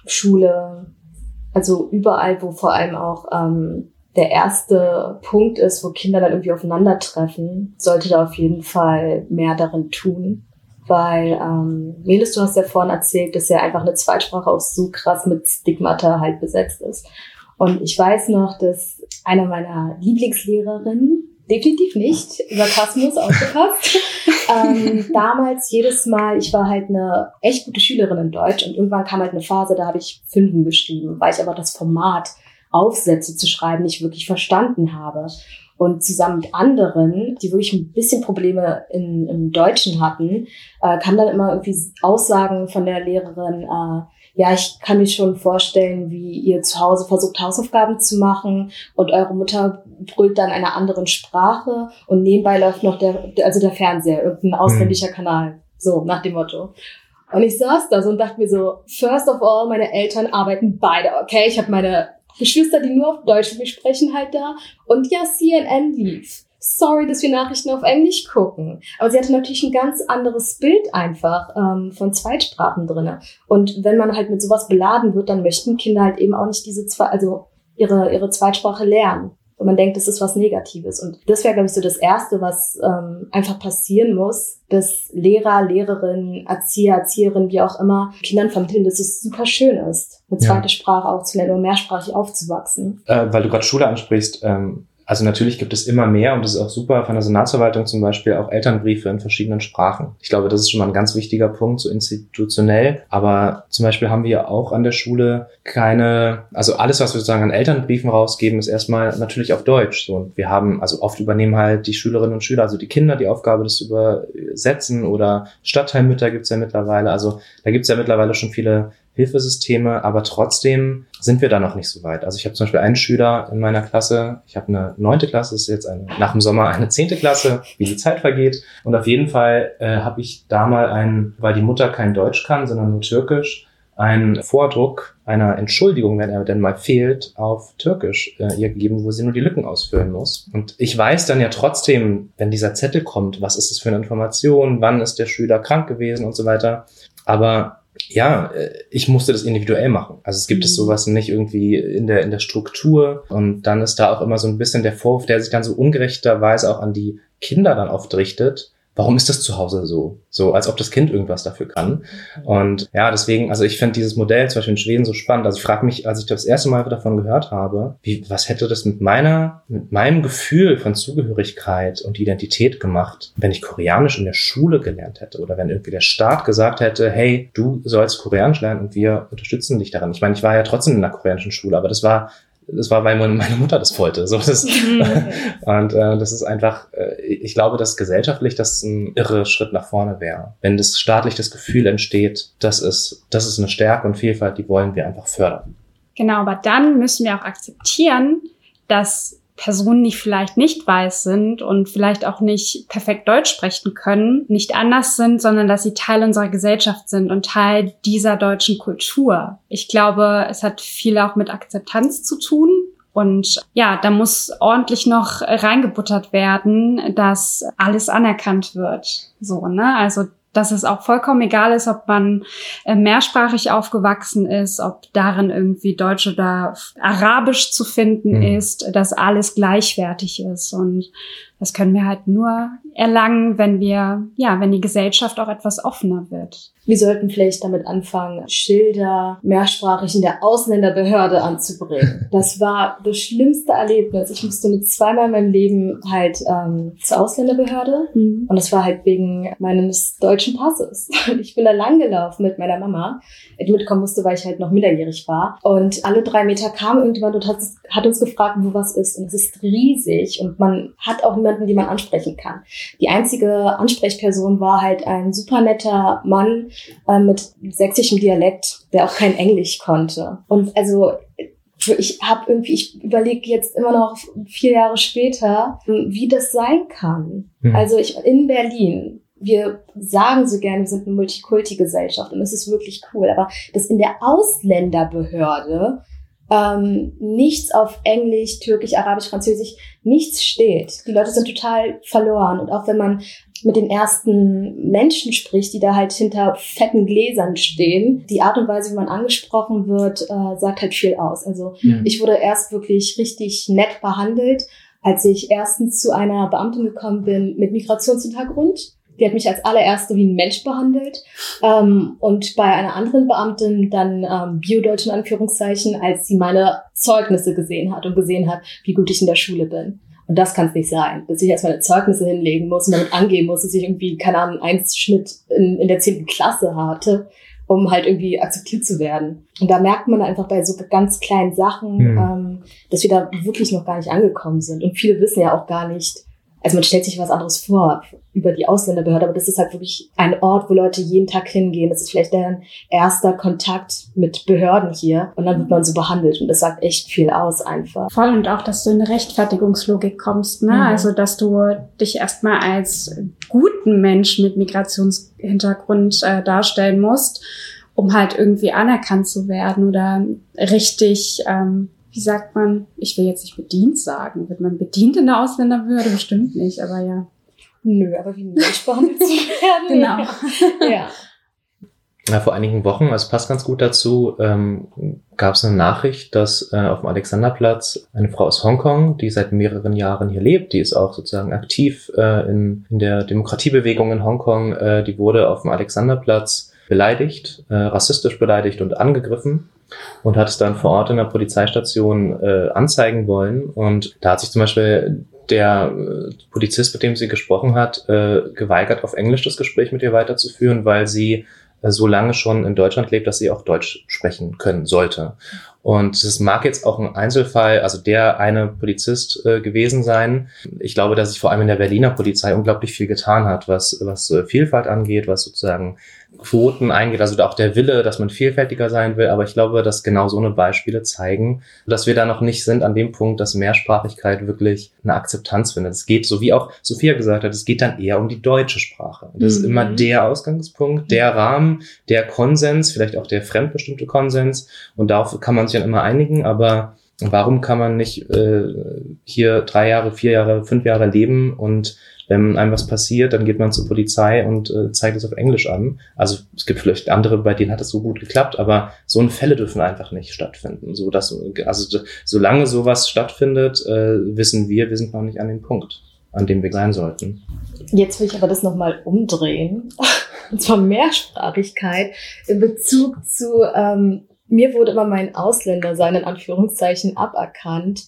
Schule, also überall, wo vor allem auch ähm, der erste Punkt ist, wo Kinder dann irgendwie aufeinandertreffen, sollte da auf jeden Fall mehr darin tun. Weil, ähm, Melis, du hast ja vorhin erzählt, dass ja einfach eine Zweitsprache auch so krass mit Stigmata halt besetzt ist. Und ich weiß noch, dass eine meiner Lieblingslehrerinnen, definitiv nicht, Sarkasmus aufgepasst, ähm, damals jedes Mal, ich war halt eine echt gute Schülerin in Deutsch und irgendwann kam halt eine Phase, da habe ich Fünfen geschrieben, weil ich aber das Format, Aufsätze zu schreiben, nicht wirklich verstanden habe. Und zusammen mit anderen, die wirklich ein bisschen Probleme in, im Deutschen hatten, äh, kamen dann immer irgendwie Aussagen von der Lehrerin, äh, ja, ich kann mir schon vorstellen, wie ihr zu Hause versucht, Hausaufgaben zu machen und eure Mutter brüllt dann einer anderen Sprache und nebenbei läuft noch der, also der Fernseher, irgendein ausländischer Kanal. So, nach dem Motto. Und ich saß da so und dachte mir so, first of all, meine Eltern arbeiten beide, okay? Ich habe meine Geschwister, die nur auf Deutsch mit mir sprechen, halt da. Und ja, C N N lief. Sorry, dass wir Nachrichten auf Englisch gucken. Aber sie hatte natürlich ein ganz anderes Bild einfach ähm, von Zweitsprachen drinne. Und wenn man halt mit sowas beladen wird, dann möchten Kinder halt eben auch nicht diese zwei, also ihre ihre Zweitsprache lernen. Und man denkt, das ist was Negatives. Und das wäre, glaube ich, so das Erste, was ähm, einfach passieren muss, dass Lehrer, Lehrerinnen, Erzieher, Erzieherinnen, wie auch immer, Kindern vermitteln, dass es super schön ist, eine zweite ja. Sprache auch zu lernen oder mehrsprachig aufzuwachsen. Äh, weil du gerade Schule ansprichst, ähm Also natürlich gibt es immer mehr und das ist auch super von der Senatsverwaltung zum Beispiel auch Elternbriefe in verschiedenen Sprachen. Ich glaube, das ist schon mal ein ganz wichtiger Punkt, so institutionell. Aber zum Beispiel haben wir auch an der Schule keine, also alles, was wir sozusagen an Elternbriefen rausgeben, ist erstmal natürlich auf Deutsch. So, und wir haben, also oft übernehmen halt die Schülerinnen und Schüler, also die Kinder, die Aufgabe, das zu übersetzen oder Stadtteilmütter gibt's ja mittlerweile. Also da gibt's ja mittlerweile schon viele Hilfesysteme, aber trotzdem sind wir da noch nicht so weit. Also ich habe zum Beispiel einen Schüler in meiner Klasse, ich habe eine neunte Klasse, das ist jetzt eine, nach dem Sommer eine zehnte Klasse, wie die Zeit vergeht. Und auf jeden Fall äh, habe ich da mal einen, weil die Mutter kein Deutsch kann, sondern nur Türkisch, einen Vordruck einer Entschuldigung, wenn er denn mal fehlt, auf Türkisch äh, ihr gegeben, wo sie nur die Lücken ausfüllen muss. Und ich weiß dann ja trotzdem, wenn dieser Zettel kommt, was ist das für eine Information, wann ist der Schüler krank gewesen und so weiter. Aber ja, ich musste das individuell machen. Also es gibt mhm. es sowas nicht irgendwie in der in der Struktur. Und dann ist da auch immer so ein bisschen der Vorwurf, der sich dann so ungerechterweise auch an die Kinder dann oft richtet. Warum ist das zu Hause so? So, als ob das Kind irgendwas dafür kann. Und ja, deswegen, also ich finde dieses Modell zum Beispiel in Schweden so spannend. Also ich frage mich, als ich das erste Mal davon gehört habe, wie, was hätte das mit meiner, mit meinem Gefühl von Zugehörigkeit und Identität gemacht, wenn ich Koreanisch in der Schule gelernt hätte oder wenn irgendwie der Staat gesagt hätte, hey, du sollst Koreanisch lernen und wir unterstützen dich daran. Ich meine, ich war ja trotzdem in einer koreanischen Schule, aber das war Das war, weil meine Mutter das wollte. So, das, und äh, das ist einfach, äh, ich glaube, dass gesellschaftlich das ein irre Schritt nach vorne wäre. Wenn das staatlich das Gefühl entsteht, das ist, das ist eine Stärke und Vielfalt, die wollen wir einfach fördern. Genau, aber dann müssen wir auch akzeptieren, dass Personen, die vielleicht nicht weiß sind und vielleicht auch nicht perfekt Deutsch sprechen können, nicht anders sind, sondern dass sie Teil unserer Gesellschaft sind und Teil dieser deutschen Kultur. Ich glaube, es hat viel auch mit Akzeptanz zu tun. Und ja, da muss ordentlich noch reingebuttert werden, dass alles anerkannt wird. So, ne? Also dass es auch vollkommen egal ist, ob man äh, mehrsprachig aufgewachsen ist, ob darin irgendwie Deutsch oder Arabisch zu finden mhm. ist, dass alles gleichwertig ist. Und das können wir halt nur erlangen, wenn wir, ja, wenn die Gesellschaft auch etwas offener wird. Wir sollten vielleicht damit anfangen, Schilder mehrsprachig in der Ausländerbehörde anzubringen. Das war das schlimmste Erlebnis. Ich musste mit zweimal in meinem Leben halt ähm, zur Ausländerbehörde mhm. und das war halt wegen meines deutschen Passes. Ich bin da lang gelaufen mit meiner Mama, die mitkommen musste, weil ich halt noch minderjährig war. Und alle drei Meter kam irgendjemand und hat, hat uns gefragt, wo was ist. Und es ist riesig und man hat auch niemanden, den man ansprechen kann. Die einzige Ansprechperson war halt ein super netter Mann äh, mit sächsischem Dialekt, der auch kein Englisch konnte. Und also ich habe irgendwie, ich überlege jetzt immer noch vier Jahre später, wie das sein kann. Mhm. Also ich in Berlin, wir sagen so gerne, wir sind eine Multikulti-Gesellschaft und das ist wirklich cool, aber dass in der Ausländerbehörde ähm, nichts auf Englisch, Türkisch, Arabisch, Französisch, nichts steht. Die Leute sind total verloren und auch wenn man mit den ersten Menschen spricht, die da halt hinter fetten Gläsern stehen, die Art und Weise, wie man angesprochen wird, äh, sagt halt viel aus. Also ja. Ich wurde erst wirklich richtig nett behandelt, als ich erstens zu einer Beamtin gekommen bin mit Migrationshintergrund. Die hat mich als allererste wie ein Mensch behandelt. Ähm, und bei einer anderen Beamtin dann ähm, Bio-Deutsch in Anführungszeichen, als sie meine Zeugnisse gesehen hat und gesehen hat, wie gut ich in der Schule bin. Und das kann es nicht sein, dass ich erst meine Zeugnisse hinlegen muss und damit angeben muss, dass ich irgendwie, keine Ahnung, einen Schnitt in, in der zehnten Klasse hatte, um halt irgendwie akzeptiert zu werden. Und da merkt man einfach bei so ganz kleinen Sachen, mhm. ähm, dass wir da wirklich noch gar nicht angekommen sind. Und viele wissen ja auch gar nicht, also man stellt sich was anderes vor über die Ausländerbehörde, aber das ist halt wirklich ein Ort, wo Leute jeden Tag hingehen. Das ist vielleicht deren erster Kontakt mit Behörden hier und dann wird man so behandelt und das sagt echt viel aus einfach. Voll und auch, dass du in eine Rechtfertigungslogik kommst, ne? Mhm. Also, dass du dich erstmal als guten Mensch mit Migrationshintergrund äh, darstellen musst, um halt irgendwie anerkannt zu werden oder richtig, ähm, wie sagt man, ich will jetzt nicht bedient sagen. Wird man bedient in der Ausländerbehörde? Bestimmt nicht, aber ja. Nö, aber wie ein Mensch behandelt zu werden. Genau. Ja. Ja, vor einigen Wochen, also passt ganz gut dazu, ähm, gab es eine Nachricht, dass äh, auf dem Alexanderplatz eine Frau aus Hongkong, die seit mehreren Jahren hier lebt, die ist auch sozusagen aktiv äh, in, in der Demokratiebewegung in Hongkong, äh, die wurde auf dem Alexanderplatz beleidigt, äh, rassistisch beleidigt und angegriffen und hat es dann vor Ort in der Polizeistation äh, anzeigen wollen. Und da hat sich zum Beispiel der äh, Polizist, mit dem sie gesprochen hat, äh, geweigert, auf Englisch das Gespräch mit ihr weiterzuführen, weil sie äh, so lange schon in Deutschland lebt, dass sie auch Deutsch sprechen können sollte. Und das mag jetzt auch ein Einzelfall, also der eine Polizist äh, gewesen sein. Ich glaube, dass sich vor allem in der Berliner Polizei unglaublich viel getan hat, was was äh, Vielfalt angeht, was sozusagen Quoten eingeht, also auch der Wille, dass man vielfältiger sein will. Aber ich glaube, dass genau so eine Beispiele zeigen, dass wir da noch nicht sind an dem Punkt, dass Mehrsprachigkeit wirklich eine Akzeptanz findet. Es geht, so wie auch Sophia gesagt hat, es geht dann eher um die deutsche Sprache. Das mhm. ist immer der Ausgangspunkt, der Rahmen, der Konsens, vielleicht auch der fremdbestimmte Konsens. Und darauf kann man sich dann immer einigen. Aber warum kann man nicht äh, hier drei Jahre, vier Jahre, fünf Jahre leben und wenn einem was passiert, dann geht man zur Polizei und äh, zeigt es auf Englisch an. Also es gibt vielleicht andere, bei denen hat es so gut geklappt, aber so eine Fälle dürfen einfach nicht stattfinden. So dass, also solange sowas stattfindet, äh, wissen wir, wir sind noch nicht an dem Punkt, an dem wir sein sollten. Jetzt will ich aber das nochmal umdrehen. Und zwar Mehrsprachigkeit in Bezug zu, ähm, mir wurde immer mein Ausländersein in Anführungszeichen aberkannt,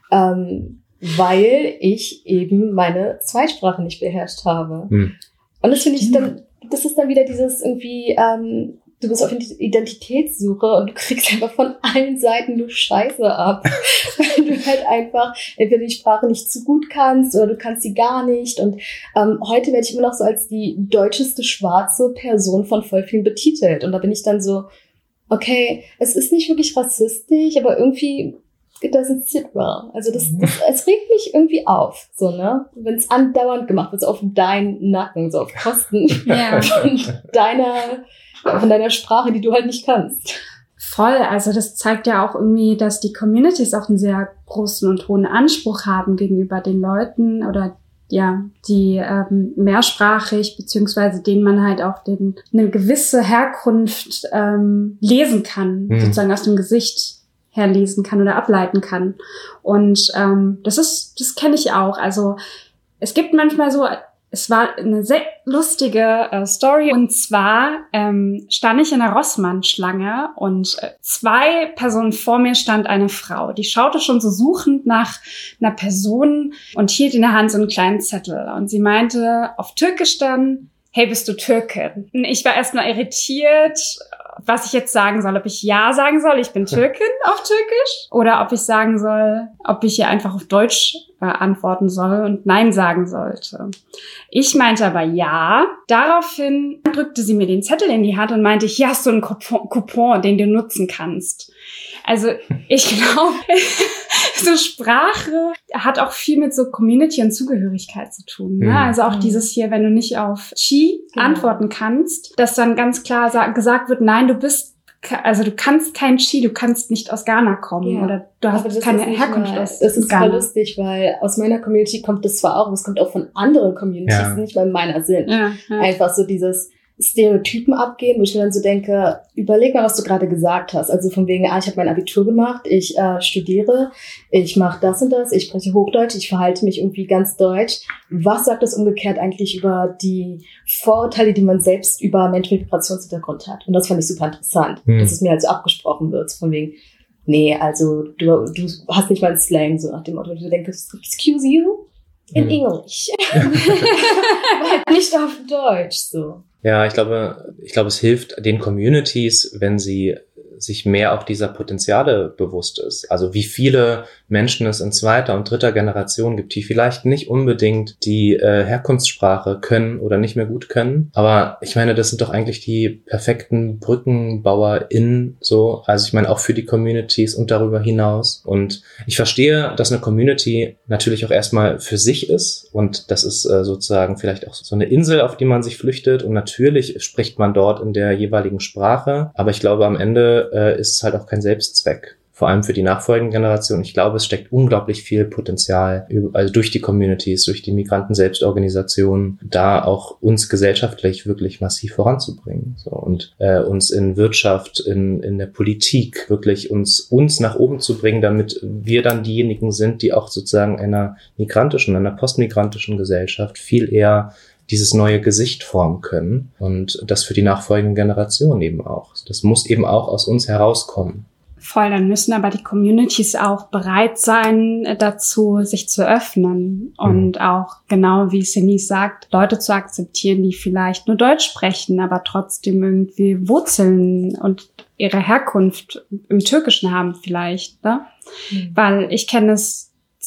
ähm, weil ich eben meine Zweitsprache nicht beherrscht habe. Hm. Und das finde ich dann, das ist dann wieder dieses irgendwie, ähm, du bist auf Identitätssuche und du kriegst einfach von allen Seiten nur Scheiße ab. Weil du halt einfach entweder die Sprache nicht zu gut kannst oder du kannst sie gar nicht. Und ähm, heute werde ich immer noch so als die deutscheste schwarze Person von voll vielen betitelt. Und da bin ich dann so, okay, es ist nicht wirklich rassistisch, aber irgendwie it doesn't sit well. Also das, das, es regt mich irgendwie auf, so, ne? Wenn es andauernd gemacht wird, so auf deinen Nacken, so auf Kosten ja. von deiner, von deiner Sprache, die du halt nicht kannst. Voll, also das zeigt ja auch irgendwie, dass die Communities auch einen sehr großen und hohen Anspruch haben gegenüber den Leuten oder ja, die ähm, mehrsprachig, beziehungsweise denen man halt auch den, eine gewisse Herkunft ähm, lesen kann, mhm. sozusagen aus dem Gesicht herlesen kann oder ableiten kann. Und ähm, das ist, das kenne ich auch. Also es gibt manchmal so, es war eine sehr lustige äh, Story. Und zwar ähm, stand ich in der Rossmann-Schlange und äh, zwei Personen vor mir stand eine Frau. Die schaute schon so suchend nach einer Person und hielt in der Hand so einen kleinen Zettel. Und sie meinte auf Türkisch dann, hey, bist du Türkin? Und ich war erstmal irritiert was ich jetzt sagen soll, ob ich Ja sagen soll, ich bin Türkin auf Türkisch, oder ob ich sagen soll, ob ich hier einfach auf Deutsch äh, antworten soll und Nein sagen sollte. Ich meinte aber Ja. Daraufhin drückte sie mir den Zettel in die Hand und meinte, hier hast du einen Coupon, Coupon, den du nutzen kannst. Also ich glaube, so Sprache hat auch viel mit so Community und Zugehörigkeit zu tun. Ne? Mhm. Also auch dieses hier, wenn du nicht auf Chi genau. antworten kannst, dass dann ganz klar sa- gesagt wird, nein, du bist, also du kannst kein Chi, du kannst nicht aus Ghana kommen ja. oder du hast keine Herkunft aus Ghana. Das ist voll lustig, weil aus meiner Community kommt das zwar auch, aber es kommt auch von anderen Communities, ja. die nicht mal meiner sind. Ja, ja. Einfach so dieses Stereotypen abgehen, wo ich mir dann so denke, überleg mal, was du gerade gesagt hast. Also von wegen, ah, ich habe mein Abitur gemacht, ich äh, studiere, ich mache das und das, ich spreche Hochdeutsch, ich verhalte mich irgendwie ganz deutsch. Was sagt das umgekehrt eigentlich über die Vorurteile, die man selbst über Menschen mit Migrationshintergrund hat? Und das fand ich super interessant, hm. dass es mir halt so abgesprochen wird, von wegen, nee, also du, du hast nicht mal einen Slang, so nach dem Motto, du denkst, excuse you? In hm. English. halt nicht auf Deutsch, so. Ja, ich glaube, ich glaube, es hilft den Communities, wenn sie sich mehr auch dieser Potenziale bewusst ist. Also wie viele Menschen es in zweiter und dritter Generation gibt, die vielleicht nicht unbedingt die äh, Herkunftssprache können oder nicht mehr gut können. Aber ich meine, das sind doch eigentlich die perfekten BrückenbauerInnen so. Also ich meine auch für die Communities und darüber hinaus. Und ich verstehe, dass eine Community natürlich auch erstmal für sich ist. Und das ist äh, sozusagen vielleicht auch so eine Insel, auf die man sich flüchtet. Und natürlich spricht man dort in der jeweiligen Sprache. Aber ich glaube, am Ende äh, ist es halt auch kein Selbstzweck. Vor allem für die nachfolgenden Generationen. Ich glaube, es steckt unglaublich viel Potenzial, also durch die Communities, durch die Migranten-Selbstorganisationen, da auch uns gesellschaftlich wirklich massiv voranzubringen. So, und äh, uns in Wirtschaft, in, in der Politik wirklich uns, uns nach oben zu bringen, damit wir dann diejenigen sind, die auch sozusagen einer migrantischen, einer postmigrantischen Gesellschaft viel eher dieses neue Gesicht formen können. Und das für die nachfolgenden Generationen eben auch. Das muss eben auch aus uns herauskommen. Voll, dann müssen aber die Communities auch bereit sein, dazu sich zu öffnen und mhm. auch, genau wie Senice sagt, Leute zu akzeptieren, die vielleicht nur Deutsch sprechen, aber trotzdem irgendwie Wurzeln und ihre Herkunft im Türkischen haben vielleicht, ne? Mhm. Weil ich kenne es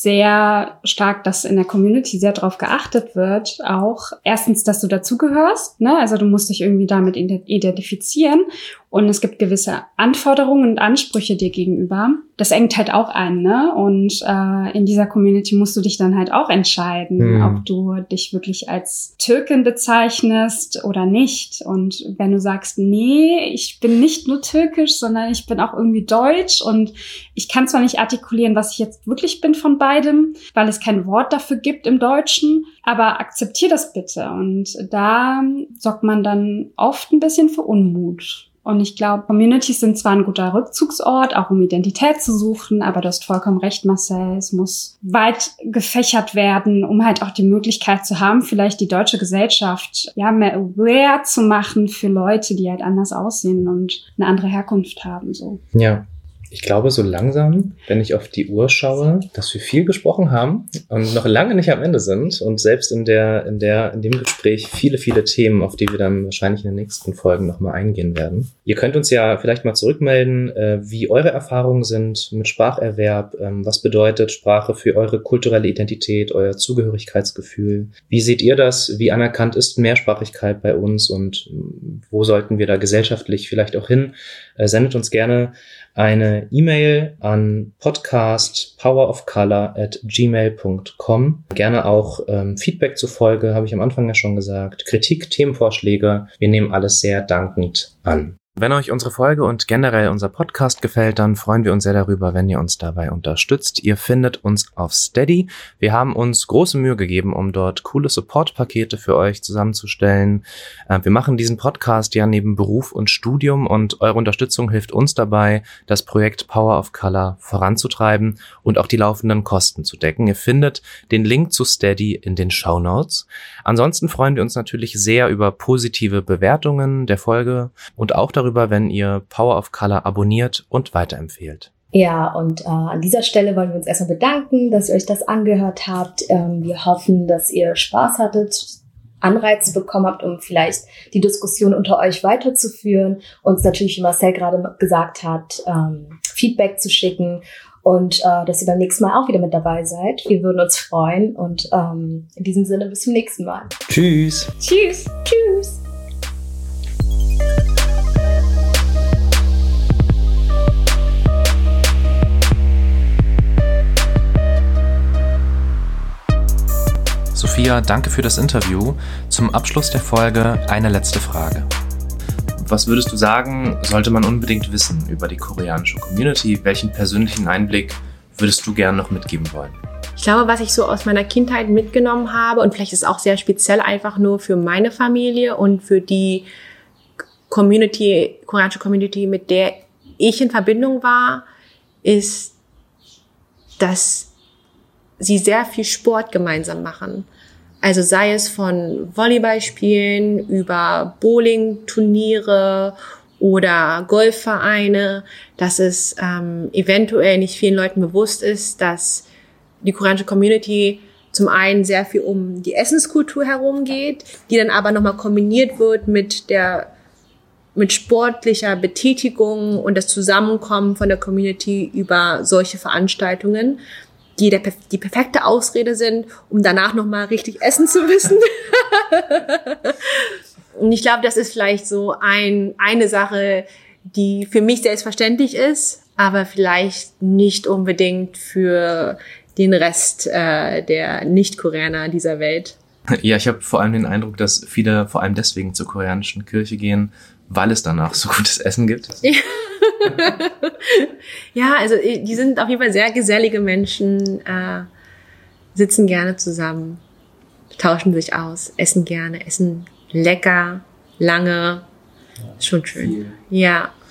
sehr stark, dass in der Community sehr darauf geachtet wird, auch erstens, dass du dazugehörst, ne? Also du musst dich irgendwie damit identifizieren und es gibt gewisse Anforderungen und Ansprüche dir gegenüber. Das engt halt auch ein, ne? Und äh, in dieser Community musst du dich dann halt auch entscheiden, hm. ob du dich wirklich als Türkin bezeichnest oder nicht. Und wenn du sagst, nee, ich bin nicht nur türkisch, sondern ich bin auch irgendwie deutsch und ich kann zwar nicht artikulieren, was ich jetzt wirklich bin von beidem, weil es kein Wort dafür gibt im Deutschen, aber akzeptier das bitte. Und da sorgt man dann oft ein bisschen für Unmut. Und ich glaube, Communities sind zwar ein guter Rückzugsort, auch um Identität zu suchen, aber du hast vollkommen recht, Marcel, es muss weit gefächert werden, um halt auch die Möglichkeit zu haben, vielleicht die deutsche Gesellschaft ja mehr aware zu machen für Leute, die halt anders aussehen und eine andere Herkunft haben, so. Ja. Ich glaube, so langsam, wenn ich auf die Uhr schaue, dass wir viel gesprochen haben und noch lange nicht am Ende sind und selbst in der, in der, in dem Gespräch viele, viele Themen, auf die wir dann wahrscheinlich in den nächsten Folgen nochmal eingehen werden. Ihr könnt uns ja vielleicht mal zurückmelden, äh, wie eure Erfahrungen sind mit Spracherwerb, ähm, was bedeutet Sprache für eure kulturelle Identität, euer Zugehörigkeitsgefühl. Wie seht ihr das? Wie anerkannt ist Mehrsprachigkeit bei uns und wo sollten wir da gesellschaftlich vielleicht auch hin? Äh, sendet uns gerne eine E-Mail an podcast powerofcolor at gmail dot com. Gerne auch ähm, Feedback zur Folge, habe ich am Anfang ja schon gesagt. Kritik, Themenvorschläge. Wir nehmen alles sehr dankend an. Wenn euch unsere Folge und generell unser Podcast gefällt, dann freuen wir uns sehr darüber, wenn ihr uns dabei unterstützt. Ihr findet uns auf Steady. Wir haben uns große Mühe gegeben, um dort coole Support-Pakete für euch zusammenzustellen. Wir machen diesen Podcast ja neben Beruf und Studium und eure Unterstützung hilft uns dabei, das Projekt Power of Color voranzutreiben und auch die laufenden Kosten zu decken. Ihr findet den Link zu Steady in den Shownotes. Ansonsten freuen wir uns natürlich sehr über positive Bewertungen der Folge und auch darüber, wenn ihr Power of Color abonniert und weiterempfehlt. Ja, und äh, an dieser Stelle wollen wir uns erstmal bedanken, dass ihr euch das angehört habt. Ähm, wir hoffen, dass ihr Spaß hattet Anreize bekommen habt, um vielleicht die Diskussion unter euch weiterzuführen. Uns natürlich, wie Marcel gerade gesagt hat, ähm, Feedback zu schicken und äh, dass ihr beim nächsten Mal auch wieder mit dabei seid. Wir würden uns freuen und ähm, in diesem Sinne bis zum nächsten Mal. Tschüss. Tschüss. Tschüss. Sophia, danke für das Interview. Zum Abschluss der Folge eine letzte Frage. Was würdest du sagen, sollte man unbedingt wissen über die koreanische Community? Welchen persönlichen Einblick würdest du gerne noch mitgeben wollen? Ich glaube, was ich so aus meiner Kindheit mitgenommen habe, und vielleicht ist es auch sehr speziell einfach nur für meine Familie und für die Community, koreanische Community, mit der ich in Verbindung war, ist, dass sie sehr viel Sport gemeinsam machen. Also sei es von Volleyballspielen über Bowling-Turniere oder Golfvereine, dass es ähm, eventuell nicht vielen Leuten bewusst ist, dass die koreanische Community zum einen sehr viel um die Essenskultur herumgeht, die dann aber nochmal kombiniert wird mit der mit sportlicher Betätigung und das Zusammenkommen von der Community über solche Veranstaltungen, die der, die perfekte Ausrede sind, um danach nochmal richtig essen zu müssen. Und ich glaube, das ist vielleicht so ein, eine Sache, die für mich selbstverständlich ist, aber vielleicht nicht unbedingt für den Rest äh, der Nicht-Koreaner dieser Welt. Ja, ich habe vor allem den Eindruck, dass viele vor allem deswegen zur koreanischen Kirche gehen, weil es danach so gutes Essen gibt. Ja, also die sind auf jeden Fall sehr gesellige Menschen, äh, sitzen gerne zusammen, tauschen sich aus, essen gerne, essen lecker, lange, schon schön. Viel. Ja.